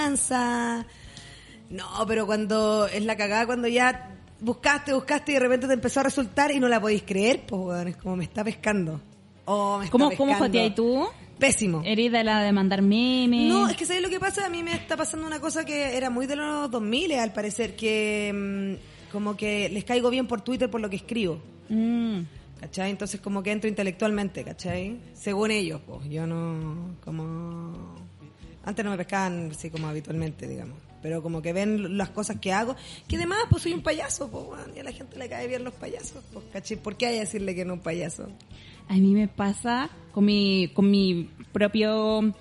gansa. No, pero cuando es la cagada, cuando ya buscaste, buscaste y de repente te empezó a resultar y no la podéis creer, pues bueno, es como me está pescando. Oh, me está ¿Cómo, pescando. ¿Cómo joteáis tú? Pésimo. Herida la de mandar memes. No, es que ¿sabes lo que pasa? A mí me está pasando una cosa que era muy de los dos mil, al parecer, que mmm, como que les caigo bien por Twitter por lo que escribo. Mm. ¿Cachai? Entonces como que entro intelectualmente, ¿cachai? Según ellos, pues. Yo no, como... Antes no me pescaban así como habitualmente, digamos. Pero como que ven las cosas que hago. Que además, pues soy un payaso, pues, bueno, y a la gente le cae bien los payasos, pues, ¿cachai? ¿Por qué hay que decirle que no es un payaso? A mí me pasa con mi, con mi propio...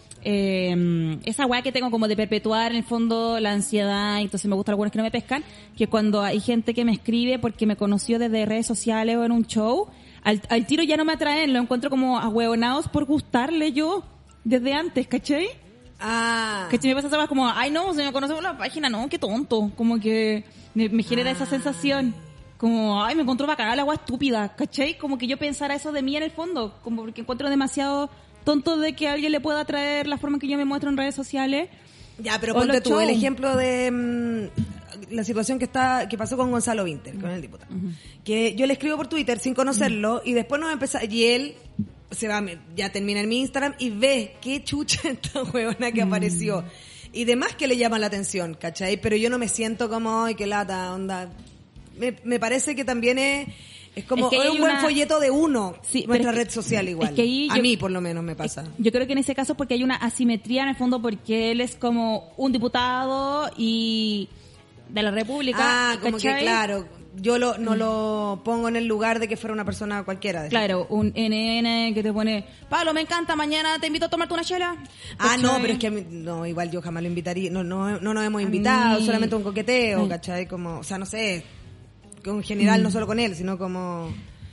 Eh, esa weá que tengo como de perpetuar en el fondo la ansiedad, entonces me gustan algunos que no me pescan, que cuando hay gente que me escribe porque me conoció desde redes sociales o en un show, al, al tiro ya no me atraen, lo encuentro como ahueonados por gustarle yo desde antes, ¿cachai? Ah. ¿Cachai? Me pasa esa weá como, ay no, se me conoce por la página, no, qué tonto, como que me, me genera ah. esa sensación. Como, ay, me encontró bacana la agua estúpida, ¿cachai? Como que yo pensara eso de mí en el fondo, como porque encuentro demasiado tonto de que a alguien le pueda atraer la forma en que yo me muestro en redes sociales. Ya, pero ponte tú el ejemplo de mmm, la situación que está que pasó con Gonzalo Vinter, uh-huh. con el diputado. Uh-huh. Que yo le escribo por Twitter sin conocerlo, uh-huh. y después nos empezó, y él se va, ya termina en mi Instagram y ve qué chucha esta huevona que uh-huh. apareció. Y demás que le llama la atención, ¿cachai? Pero yo no me siento como, ay, qué lata, onda... Me, me parece que también es, es como es, que es un buen una... folleto de uno, sí, nuestra red social igual. Es que a yo, mí por lo menos me pasa. Yo creo que en ese caso porque hay una asimetría en el fondo porque él es como un diputado y de la República. Ah, como ¿cachai? Que claro, yo lo, no lo pongo en el lugar de que fuera una persona cualquiera. Claro, un N N que te pone, Pablo, me encanta, mañana te invito a tomarte una chela. Ah, ¿cachai? No, pero es que a mí, no, igual yo jamás lo invitaría, no, no, no nos hemos invitado, mí... solamente un coqueteo, ¿cachai? Como, o sea, no sé... en general, mm. no solo con él, sino como...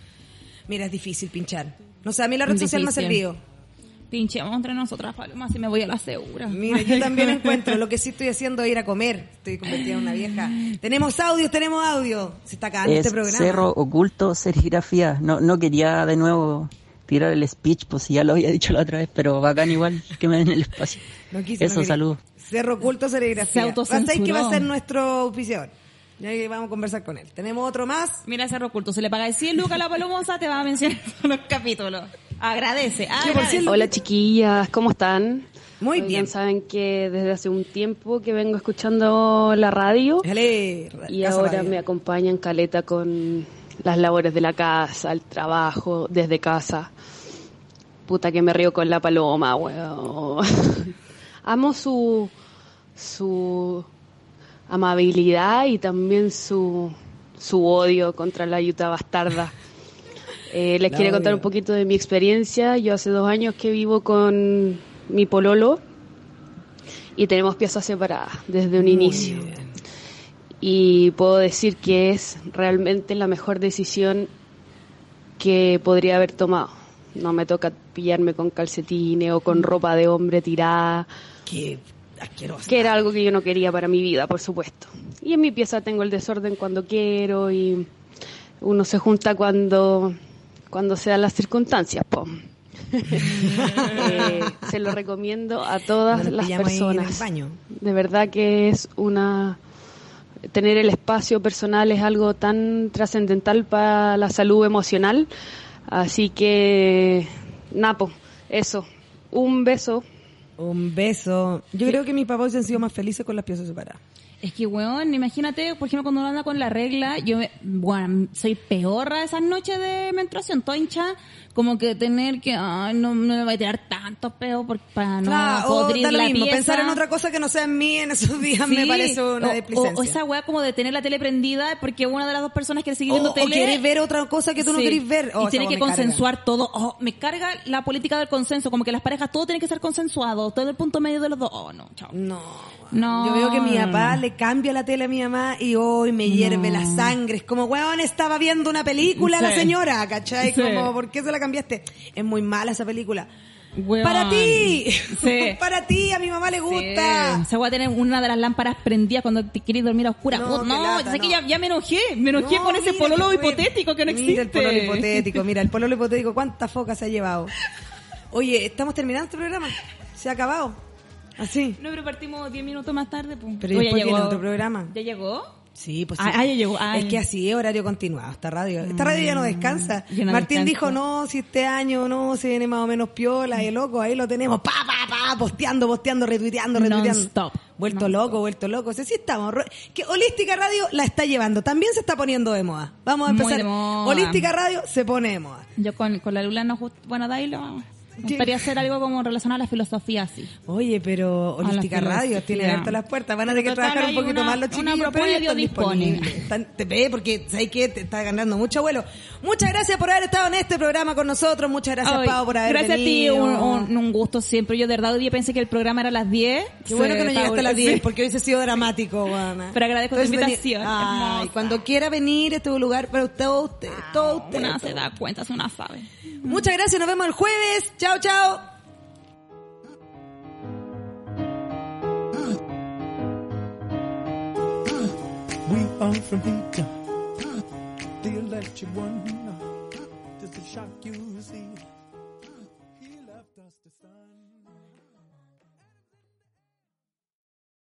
Mira, es difícil pinchar. No sé, a mí la red es social difícil. Me ha servido. Pinchemos entre nosotras, Paloma, si me voy a la segura. Mira, yo también encuentro. Lo que sí estoy haciendo es ir a comer. Estoy convertida en una vieja. Tenemos audios, tenemos audio. Se está acabando es este programa. Cerro Oculto, serigrafía. No, no quería de nuevo tirar el speech, pues si ya lo había dicho la otra vez, pero bacán igual que me den el espacio. No quise, Eso, no saludos. Cerro Oculto, serigrafía. ¿Sabéis que va a ser nuestro auspiciador? Ya que vamos a conversar con él. ¿Tenemos otro más? Mira, Cerro Oculto, se le paga cien lucas a la Palomosa, te va a mencionar todos los capítulos. Agradece, agradece. Hola chiquillas, ¿cómo están? Muy bien. Saben que desde hace un tiempo que vengo escuchando la radio. Dale, y ahora radio. Me acompañan caleta con las labores de la casa, el trabajo desde casa. Puta que me río con la Paloma, weón. Amo su... su... amabilidad y también su su odio contra la yuta bastarda. Eh, les quiero contar un poquito de mi experiencia. Yo hace dos años que vivo con mi pololo y tenemos piezas separadas desde un Muy inicio. Bien. Y puedo decir que es realmente la mejor decisión que podría haber tomado. No me toca pillarme con calcetines o con ropa de hombre tirada. ¿Qué? Asquerosa. Que era algo que yo no quería para mi vida, por supuesto. Y en mi pieza tengo el desorden cuando quiero y uno se junta cuando cuando se dan las circunstancias, po. eh, se lo recomiendo a todas Nos las pillamos ahí en el personas. baño. De verdad que es una... Tener el espacio personal es algo tan trascendental para la salud emocional. Así que, Napo, eso. Un beso. Un beso. Yo creo que mis papás han sido más felices con las piezas separadas. Es que, weón, imagínate, por ejemplo, cuando uno anda con la regla, yo, me, bueno, soy peorra esas noches de menstruación, toda hincha, como que tener que, ay, no, no me voy a tirar tantos peos por, para no Claro, o podrir da lo la mismo, pieza. pensar en otra cosa que no sea en mí en esos días Sí, me parece una o, displicencia. o, o esa weá como de tener la tele prendida porque una de las dos personas quiere seguir viendo O- o tele. quiere ver otra cosa que tú no querés ver. Oh, y esa tiene weá que me carga. consensuar todo. Oh, me carga la política del consenso, como que las parejas todo tiene que ser consensuado, todo el punto medio de los dos. Oh, no, chao. No. No. Yo veo que mi papá le cambia la tele a mi mamá y hoy me hierve No. la sangre. Es como, weón, estaba viendo una película Sí. la señora, ¿cachai? Sí. Como, ¿por qué se la cambiaste? Es muy mala esa película. Weón. ¡Para ti! Sí. ¡Para ti! A mi mamá le gusta. Sí. Se va a tener una de las lámparas prendidas cuando te querés dormir a oscuras. No, No, qué no, lata, sé no. que ya, ya me enojé. Me enojé No, con ese mira, pololo qué bueno. hipotético que no existe. Mira el pololo hipotético, mira, el pololo hipotético, ¿cuántas focas se ha llevado? Oye, estamos terminando este programa. Se ha acabado. Así. No, pero partimos diez minutos más tarde. Pues. Pero Oh, ¿y ya después llegó. viene otro programa? ¿Ya llegó? Sí, pues sí. Ah, ah, ya llegó. Ah, es que así es horario continuado esta radio. Esta radio ya no descansa. Ya no Martín descansa. dijo, no, si este año no, se viene más o menos piola. Y loco, ahí lo tenemos, pa, pa, pa, posteando, posteando, retuiteando, retuiteando. Non-stop. Vuelto loco, vuelto loco. O sea, sí estamos. Ro- Que Holística Radio la está llevando. También se está poniendo de moda. Vamos a Muy empezar. de moda. Holística Radio se pone de moda. Yo con, con la Lula no just... Bueno, de ahí lo... Me gustaría hacer algo como relacionado a la filosofía, así. Oye, pero A la Holística Radio filosofía. tiene abiertas las puertas. Van a tener que Total, trabajar un hay poquito una- más los una chiquillos, propuesta pero ya están que dispone. disponibles. Están- te ve porque sabes que te está ganando mucho vuelo. Muchas gracias por haber estado en este programa con nosotros. Muchas gracias, Ay, Pau, por haber gracias venido. a ti, un, un, un gusto siempre. Yo de verdad hoy día pensé que el programa era a las diez. Qué bueno que no Sí, llegaste a las diez, sí. porque hubiese sido dramático, Juana. Pero agradezco tu Entonces, invitación, vení- Ay, hermosa. cuando quiera venir, este es un lugar para usted, usted, todo usted. Una todo. se da cuenta, es una sabe. Muchas gracias, nos vemos el jueves. Chao, chao. We are from here, the electric one. Just to shock you, see.